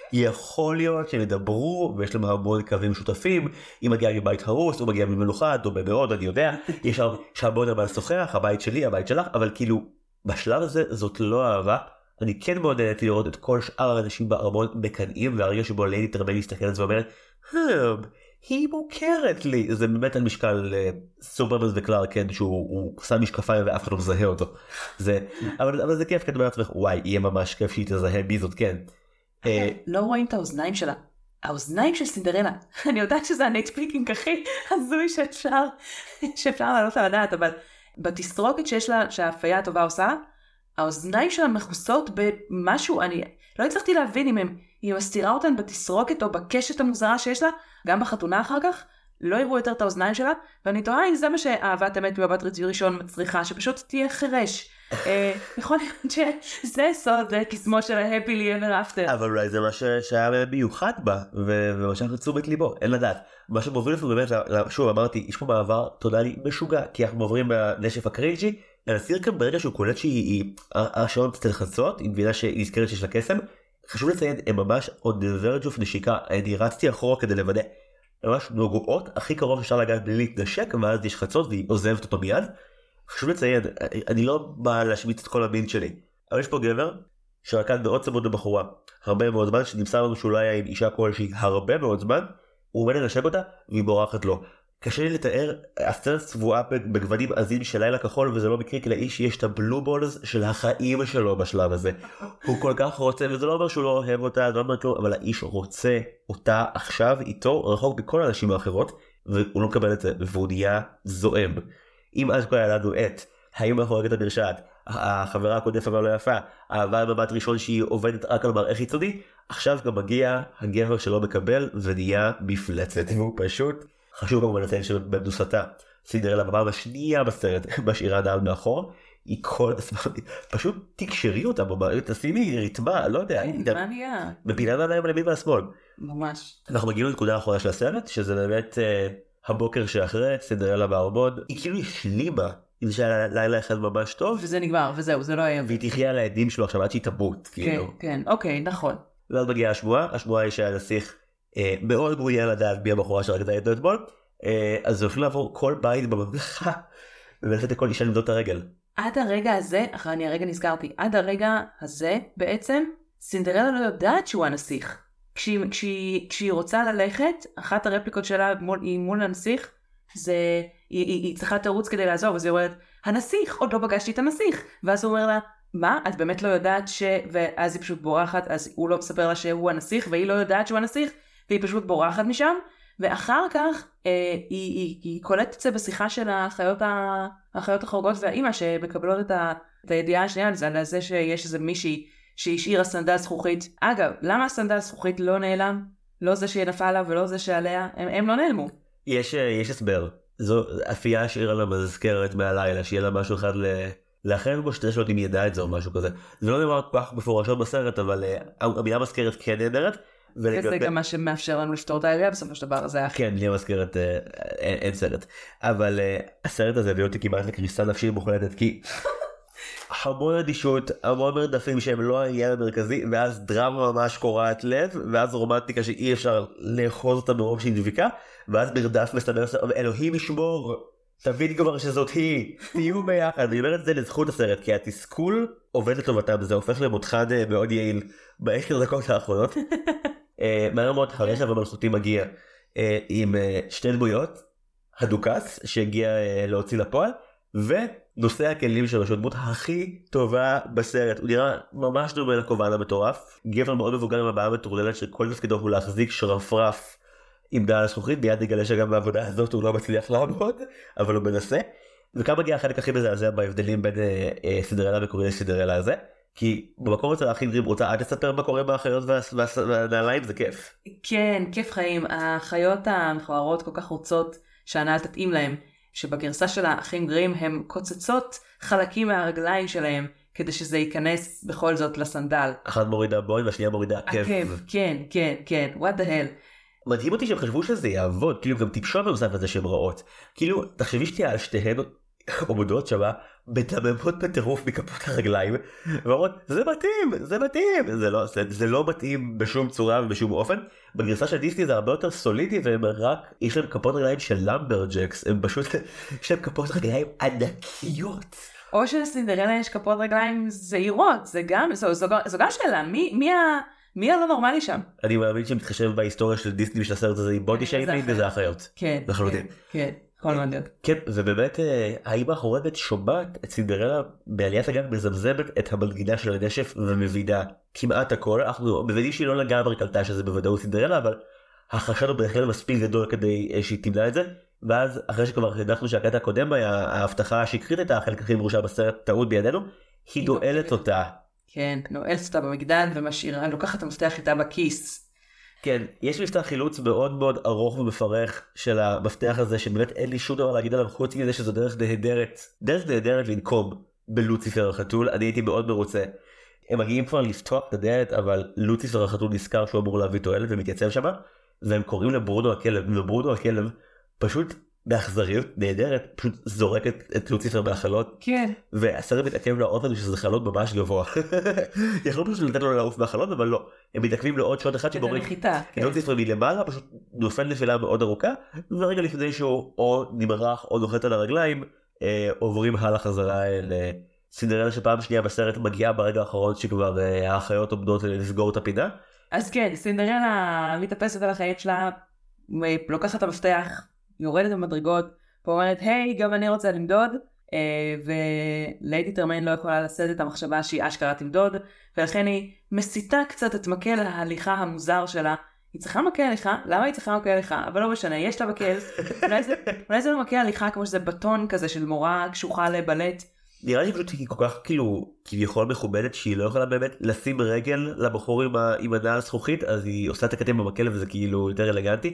יכול להיות שהם ידברו ויש להם המון קווים שותפים, אם מגיע מבית הרוס או מגיע ממלוכה דומה מאוד, אני יודע, יש המון הרבה לשוחח, הבית שלי, הבית שלך, אבל כאילו בשלב הזה זאת לא אהבה. אני כן מעודדת לראות את כל שאר האנשים בארמון מקנאים, והרגע שבו ליידי תרבל להסתכל על זה ואומרת, הם, היא מוכרת לי. זה באמת על משקל סופרמן וקלארק קנט שהוא שם משקפיים ואף אחד לא מזהה אותו. זה, אבל, אבל זה כיף, כי אתה אומר לעצמך, וואי, יהיה ממש כיף שהיא תזהה מי זאת, כן. לא רואים את האוזניים שלה. האוזניים של סינדרלה. אני יודעת שזה הנייטפיקינג הכי הזוי שאפשר, שאפשר לעלות על הדעת, אבל בתסרוקת שיש לה, שהאפייה הטובה עושה, האוזניים שלה מכוסות במשהו, אני לא הצלחתי להבין אם הם, היא מסתירה אותן בתסרוקת או בקשת המוזרה שיש לה, גם בחתונה אחר כך, לא יראו יותר את האוזניים שלה, ואני תוהה אם זה מה שאהבת אמת מבט ראשון מצריכה, שפשוט תהיה חרש. יכול להיות שזה סוד קסמו של ההפי ever after. אבל אולי זה מה שהיה מיוחד בה, ומשך לתשומת ליבו, אין לדעת. מה שמוביל לנו באמת, שוב אמרתי, יש פה מעבר טונאלי משוגע, כי אנחנו עוברים מהנשף הקרינג'י, הנסיך כאן ברגע שהוא קולט שהיא, השעון קצת חצות, היא מבינה שהיא נזכרת שיש לה קסם, חשוב לציין, הם ממש on the verge of נשיקה, אני רצתי אחורה כדי לוודא, ממש נוגעות, הכי קרוב אפשר לגעת בלי להתנשק, ואז יש חצות והיא עוזבת אותו מיד. חשוב לציין, אני לא בא להשמיץ את כל המין שלי, אבל יש פה גבר שרקד מאוד צמוד לבחורה, הרבה מאוד זמן, שנמסר לנו שהוא לא היה עם אישה כלשהי הרבה מאוד זמן, הוא עומד לנשק אותה והיא בורחת לו. קשה לי לתאר, הסצנה צבועה בגוונים עזים של לילה כחול, וזה לא מקרי, כי לאיש יש את הבלו בולס של החיים שלו בשלב הזה. הוא כל כך רוצה, וזה לא אומר שהוא לא אוהב אותה, לא אומר כלום, אבל האיש רוצה אותה עכשיו איתו, רחוק בכל האנשים האחרות, והוא לא מקבל את זה, והוא נהיה זועם. אם אז כבר היה לנו את, האם אנחנו רגע את המרשעת, החברה הקודף אבל לא יפה, האהבה במבט ראשון שהיא עובדת רק על מראה חיצוני, עכשיו גם מגיע הגבר שלא מקבל, ונהיה מפלצת, והוא פשוט... חשוב גם לציין שבמנוסתה, סינדרלה בפעם השנייה בסרט משאירה נעל מאחור, היא כל הזמן, פשוט תקשרי אותה, תשימי ריתמה, לא יודע, מה נהיה? בפינה נעליים על ימין והשמאל. ממש. אנחנו מגיעים לנקודה האחרונה של הסרט, שזה באמת הבוקר שאחרי, סינדרלה בארמון, היא כאילו השלימה, אם זה שהיה לילה אחד ממש טוב. וזה נגמר, וזהו, זה לא היה. והיא תחיה על העדים שלו עכשיו עד שהיא תמות, כאילו. כן, כן, אוקיי, נכון. ואז מגיעה השבועה, השבועה היא שהנסיך אה, מאוד מעוניין לדעת בי הבחורה שרקדה איתו אתמול, אה, אז זה הולכים לעבור כל בית בממלכה, ולתת לכל אישה למדוד את הרגל. עד הרגע הזה, אחרי אני הרגע נזכרתי, עד הרגע הזה בעצם, סינדרלה לא יודעת שהוא הנסיך. כשהיא, כשהיא, כשהיא רוצה ללכת, אחת הרפליקות שלה מול, היא מול הנסיך, זה, היא, היא, היא צריכה תירוץ כדי לעזור, אז היא אומרת, הנסיך, עוד לא פגשתי את הנסיך. ואז הוא אומר לה, מה? את באמת לא יודעת ש... ואז היא פשוט בורחת, אז הוא לא מספר לה שהוא הנסיך, והיא לא יודעת שהוא הנסיך, והיא פשוט בורחת משם, ואחר כך אה, היא, היא, היא קולטת את זה בשיחה של החיות, ה... החיות החורגות והאימא, שמקבלות את, ה... את הידיעה השנייה על זה שיש איזה מישהי שהשאירה סנדל זכוכית. אגב, למה הסנדל זכוכית לא נעלם? לא זה שנפל עליו ולא זה שעליה, הם, הם לא נעלמו. יש, יש הסבר. זו אפייה השאירה לה מזכרת מהלילה, שיהיה לה משהו אחד ל... לאחר בו שתי שעות אם ידע את זה או משהו כזה. זה לא נאמר כל כך מפורשות בסרט, אבל uh, המילה מזכרת כן נהדרת. וזה גם מה שמאפשר לנו לפתור את העלייה בסופו של דבר, זה היה... כן, בלי המזכרת uh, אין, אין סרט. אבל uh, הסרט הזה הביא אותי כמעט לקריסה נפשית מוחלטת, כי המון אדישות, המון מרדפים שהם לא העניין המרכזי, ואז דרמה ממש קורעת לב, ואז רומנטיקה שאי אפשר לאחוז אותה מרוב שהיא דביקה, ואז מרדף מסתבר, אלוהים ישמור. תבין כבר שזאת היא, תהיו ביחד. אני אומר את זה לזכות הסרט, כי התסכול עובד לטובתם, זה הופך למותחן מאוד יעיל בעשר דקות האחרונות. מהר מאוד הרשע המלכותי מגיע עם שתי דמויות, הדוכס שהגיע להוציא לפועל, ונושא הכלים שלו, שהוא הדמות הכי טובה בסרט. הוא נראה ממש דומה לקובען המטורף, גבר מאוד מבוגר עם הבעה מטורללת שכל תפקידו הוא להחזיק שרפרף עם דעה הזכוכית, מיד נגלה שגם בעבודה הזאת הוא לא מצליח לעמוד, אבל הוא מנסה. וכאן מגיע החלק הכי מזעזע בהבדלים בין אה, אה, סינדרלה וקוריאל סינדרלה הזה, כי במקום אצל האחים גרים רוצה עד לספר מה קורה באחיות וה, והנעליים, זה כיף. כן, כיף חיים. החיות המכוערות כל כך רוצות שהנעל תתאים להם, שבגרסה של האחים גרים הם קוצצות חלקים מהרגליים שלהם, כדי שזה ייכנס בכל זאת לסנדל. אחת מורידה בוין והשנייה מורידה עקב. כן, כן, כן, what the hell. מדהים אותי שהם חשבו שזה יעבוד, כאילו גם טיפשו בנוסף לזה שהן רעות. כאילו, תחשבי שתהיה על שתיהן עומדות שמה, מדממות בטירוף מכפות הרגליים, ואומרות, זה מתאים, זה מתאים. זה לא, זה, זה לא מתאים בשום צורה ובשום אופן. בגרסה של דיסני זה הרבה יותר סולידי, והם רק, יש להם כפות רגליים של למברג'קס, הם פשוט, יש להם כפות רגליים ענקיות. או שלסינדרלה יש כפות רגליים זעירות, זה גם, זו, זו, זו גם שאלה, מי, מי ה... מי הלא נורמלי שם? אני מאמין שמתחשב בהיסטוריה של דיסני ושל הסרט הזה עם בודי שיימינג וזה אחיות. כן, כן, כן, כל מאוד להיות. כן, ובאמת האמא החורגת שומעת את סינדרלה בעליית הגג מזמזמת את המנגינה של הנשף ומבינה כמעט הכל. אנחנו מבינים שהיא לא לגמרי קלטה שזה בוודאות סינדרלה, אבל החשד הוא בהחלט מספיק גדול כדי שהיא תמנע את זה. ואז אחרי שכבר הנחנו שהקטע הקודם היה ההבטחה שהקרית את החלק הכי מרושע בסרט טעות בידינו, היא דואלת אותה. כן, נועלת אותה במגדל ומשאירה, לוקחת את המפתח איתה בכיס. כן, יש מבטח חילוץ מאוד מאוד ארוך ומפרך של המפתח הזה, שבאמת אין לי שום דבר להגיד עליו חוץ מזה שזו דרך נהדרת, דרך נהדרת לנקום בלוציפר החתול. אני הייתי מאוד מרוצה. הם מגיעים כבר לפתוח את הדלת, אבל לוציפר החתול נזכר שהוא אמור להביא תועלת ומתייצב שם, והם קוראים לברונו הכלב, וברונו הכלב פשוט באכזריות נהדרת, פשוט זורקת את לוציפר מהחלות. כן. והסרט מתעכב לאוזן שזה חלות ממש גבוה. יכלו פשוט לתת לו לעוף מהחלות, אבל לא. הם מתעכבים לעוד שעות אחד שבורים. לוציפר מלמעלה, פשוט נופל נפילה מאוד ארוכה, ורגע לפני שהוא או נמרח או נוחת על הרגליים, אה, עוברים הלאה חזרה אל אה, סינדרלה שפעם שנייה בסרט מגיעה ברגע האחרון שכבר אה, האחיות עומדות לסגור את הפינה. אז כן, סינדרלה מתאפסת על החיית שלה, לוקחת את המפתח, יורדת במדרגות, ואומרת, היי, גם אני רוצה למדוד, וליידי טרמיין לא יכולה לשאת את המחשבה שהיא אשכרה תמדוד, ולכן היא מסיטה קצת את מקל ההליכה המוזר שלה. היא צריכה מקל הליכה? למה היא צריכה מקל הליכה? אבל לא משנה, יש לה מקל, אולי זה, אולי זה לא מקל הליכה כמו שזה בטון כזה של מורה קשוחה לבלט. נראה לי פשוט היא כל כך כאילו כביכול מכובדת שהיא לא יכולה באמת לשים רגל לבחור עם, עם הנעל זכוכית, אז היא עושה את הקטעים במקל וזה כאילו יותר אלגנטי.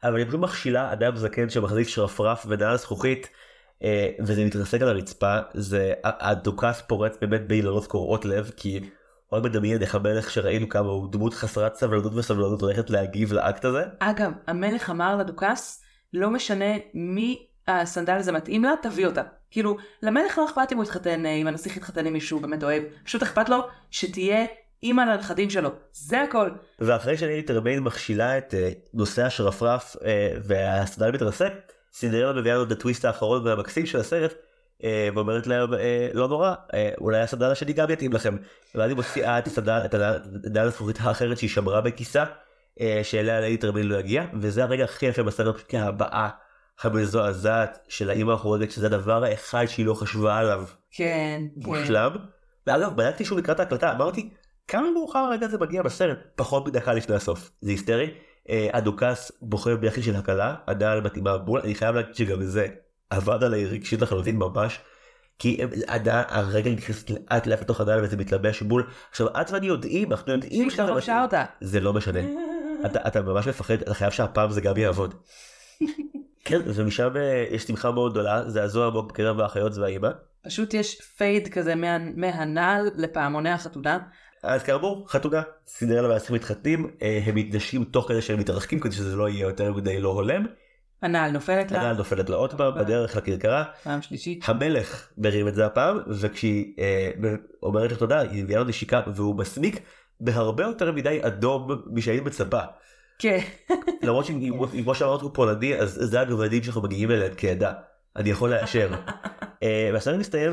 אבל היא פשוט מכשילה אדם זקן שמחזיק שרפרף ונעל זכוכית, וזה מתרסק על הרצפה. זה הדוכס פורץ באמת באילנות קורעות לב, כי עוד מדמיין איך המלך שראינו כמה הוא דמות חסרת סבלנות וסבלנות הולכת להגיב לאקט הזה. אגב, המלך אמר לדוכס, לא משנה מי הסנדל הזה מתאים לה, תביא אותה. כאילו, למלך לא אכפת אם הוא יתחתן, אם הנסיך יתחתן עם מישהו באמת אוהב, פשוט אכפת לו שתהיה אימא לנכדים שלו, זה הכל. ואחרי שאני תרמיין מכשילה את נושא השרפרף והסנדל מתרסק, סינדרלה מביאה לנו את הטוויסט האחרון והמקסים של הסרט, ואומרת להם, לא נורא, אולי הסנדל השני גם יתאים לכם. ואז היא מוציאה את הסנדל, את הנעל הזכוכית האחרת שהיא שמרה בכיסה, שאליה לילי תרמיין לא יגיע, וזה הרגע הכי יפה בסרט, פשוט כהבעה המזועזעת של האמא החורגת, שזה הדבר האחד שהיא לא חשבה עליו. כן, מושלם. ואגב, בדקתי שוב לקראת ההקלטה, אמרתי, כמה מאוחר הרגע הזה מגיע בסרט? פחות מדקה לפני הסוף. זה היסטרי. הדוכס בוחר ביחד של הקלה, הנעל מתאימה בול. אני חייב להגיד שגם זה עבד עליי רגשית לחלוטין ממש, כי הרגע נכנסת לאט לאט לתוך הנעל וזה מתלבש בול. עכשיו, את ואני יודעים, אנחנו יודעים שאתה חופשה אותה. זה לא משנה. אתה ממש מפחד, אתה חייב שהפעם זה גם יעבוד. כן, ומשם יש שמחה מאוד גדולה, זה הזוהר עמוק בקרב האחיות והאימא. פשוט יש פייד כזה מה, מהנעל לפעמוני החתונה. אז כאמור, חתונה, סינדרלה והנסיך מתחתנים, הם מתנשקים תוך כדי שהם מתרחקים, כדי שזה לא יהיה יותר מדי לא הולם. הנעל נופלת לה. הנעל נופלת לה עוד פעם, בדרך לכרכרה. פעם שלישית. המלך מרים את זה הפעם, וכשהיא אומרת לו תודה, היא מביאה לו נשיקה, והוא מסמיק בהרבה יותר מדי אדום משהיית מצפה. כן. למרות שכמו שאמרת הוא פולני, אז זה הגוונים שאנחנו מגיעים אליהם כעדה. אני יכול לאשר. והסרט מסתיים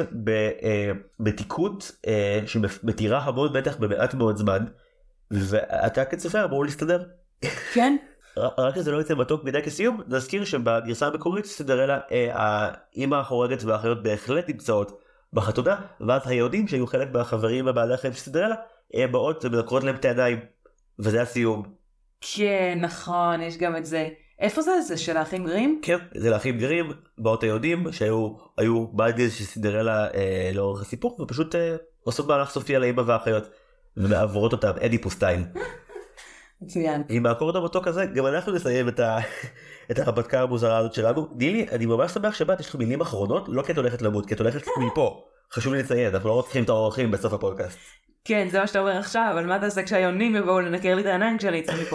בתיקות שמתירה המון בטח במעט מאוד זמן, ואתה כצופה אמור להסתדר. כן. רק שזה לא יצא מתוק מדי כסיום, נזכיר שבגרסה המקורית סינדרלה, האמא החורגת והאחיות בהחלט נמצאות בחתונה, ואז היהודים שהיו חלק מהחברים ובעלי החיים של סינדרלה, באות ומנקרות להם את העיניים, וזה הסיום. כן, נכון, יש גם את זה. איפה זה? זה של האחים גרים? כן, זה לאחים גרים, באות היהודים שהיו בדיז של סינדרלה אה, לאורך הסיפור, ופשוט אה, עושות מהלך סופי על האמא והאחיות, ומעברות אותם, אדיפוס סטייל. מצוין. עם האקורד המתוק הזה, גם אנחנו נסיים את, ה... את ההרפתקה המוזרה הזאת שלנו. דילי, אני ממש שמח שבאת, יש לך מילים אחרונות, לא כי את הולכת למות, כי את הולכת מפה. חשוב לי לציין, אנחנו לא צריכים את האורחים בסוף הפודקאסט. כן, זה מה שאתה אומר עכשיו, אבל מה תעשה כשהיונים יבואו לנקר לי את העיניים כשאני אצא מפה?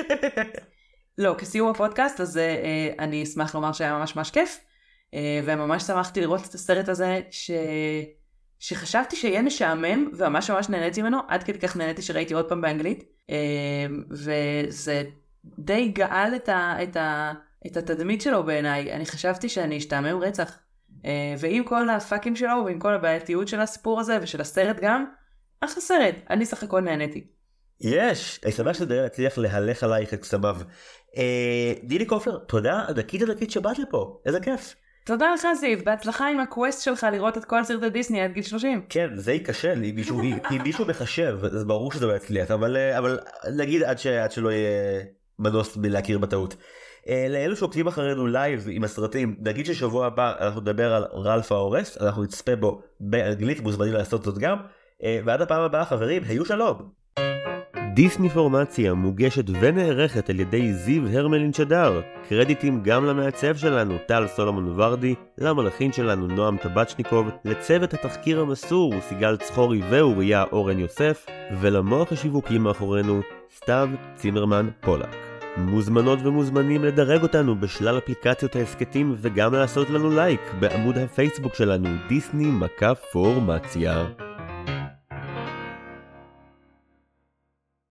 לא, כסיום הפודקאסט, אז אה, אני אשמח לומר שהיה ממש ממש כיף, אה, וממש שמחתי לראות את הסרט הזה, ש... שחשבתי שיהיה משעמם, וממש ממש נהניתי ממנו, עד כדי כך נהניתי שראיתי עוד פעם באנגלית, אה, וזה די גאל את, ה... את, ה... את התדמית שלו בעיניי. אני חשבתי שאני אשתעמם רצח, אה, ועם כל הפאקים שלו, ועם כל הבעייתיות של הסיפור הזה, ושל הסרט גם, אחלה סרט, אני סך הכל נהניתי. יש, אני שמח שדרל הצליח להלך עלייך את קסמיו. דילי קופלר, תודה ענקית ענקית שבאת לפה, איזה כיף. תודה לך זיו, בהצלחה עם הקווסט שלך לראות את כל סרטי דיסני עד גיל שלושים. כן, זה יקשה לי, אם מישהו מחשב, אז ברור שזה לא יצליח, אבל נגיד עד שלא יהיה מנוס מלהכיר בטעות. לאלו שעוקבים אחרינו לייב עם הסרטים, נגיד ששבוע הבא אנחנו נדבר על רלף ההורס, אנחנו נצפה בו באנגלית, מוזמנים לעשות זאת גם, ועד הפעם הבאה חברים, היו שלום. דיסני פורמציה מוגשת ונערכת על ידי זיו הרמלין שדר. קרדיטים גם למעצב שלנו טל סולומון ורדי, למלחין שלנו נועם טבצ'ניקוב, לצוות התחקיר המסור סיגל צחורי ואוריה אורן יוסף, ולמוח השיווקים מאחורינו סתיו צימרמן פולק. מוזמנות ומוזמנים לדרג אותנו בשלל אפליקציות העסקתים וגם לעשות לנו לייק בעמוד הפייסבוק שלנו דיסני מקף פורמציה.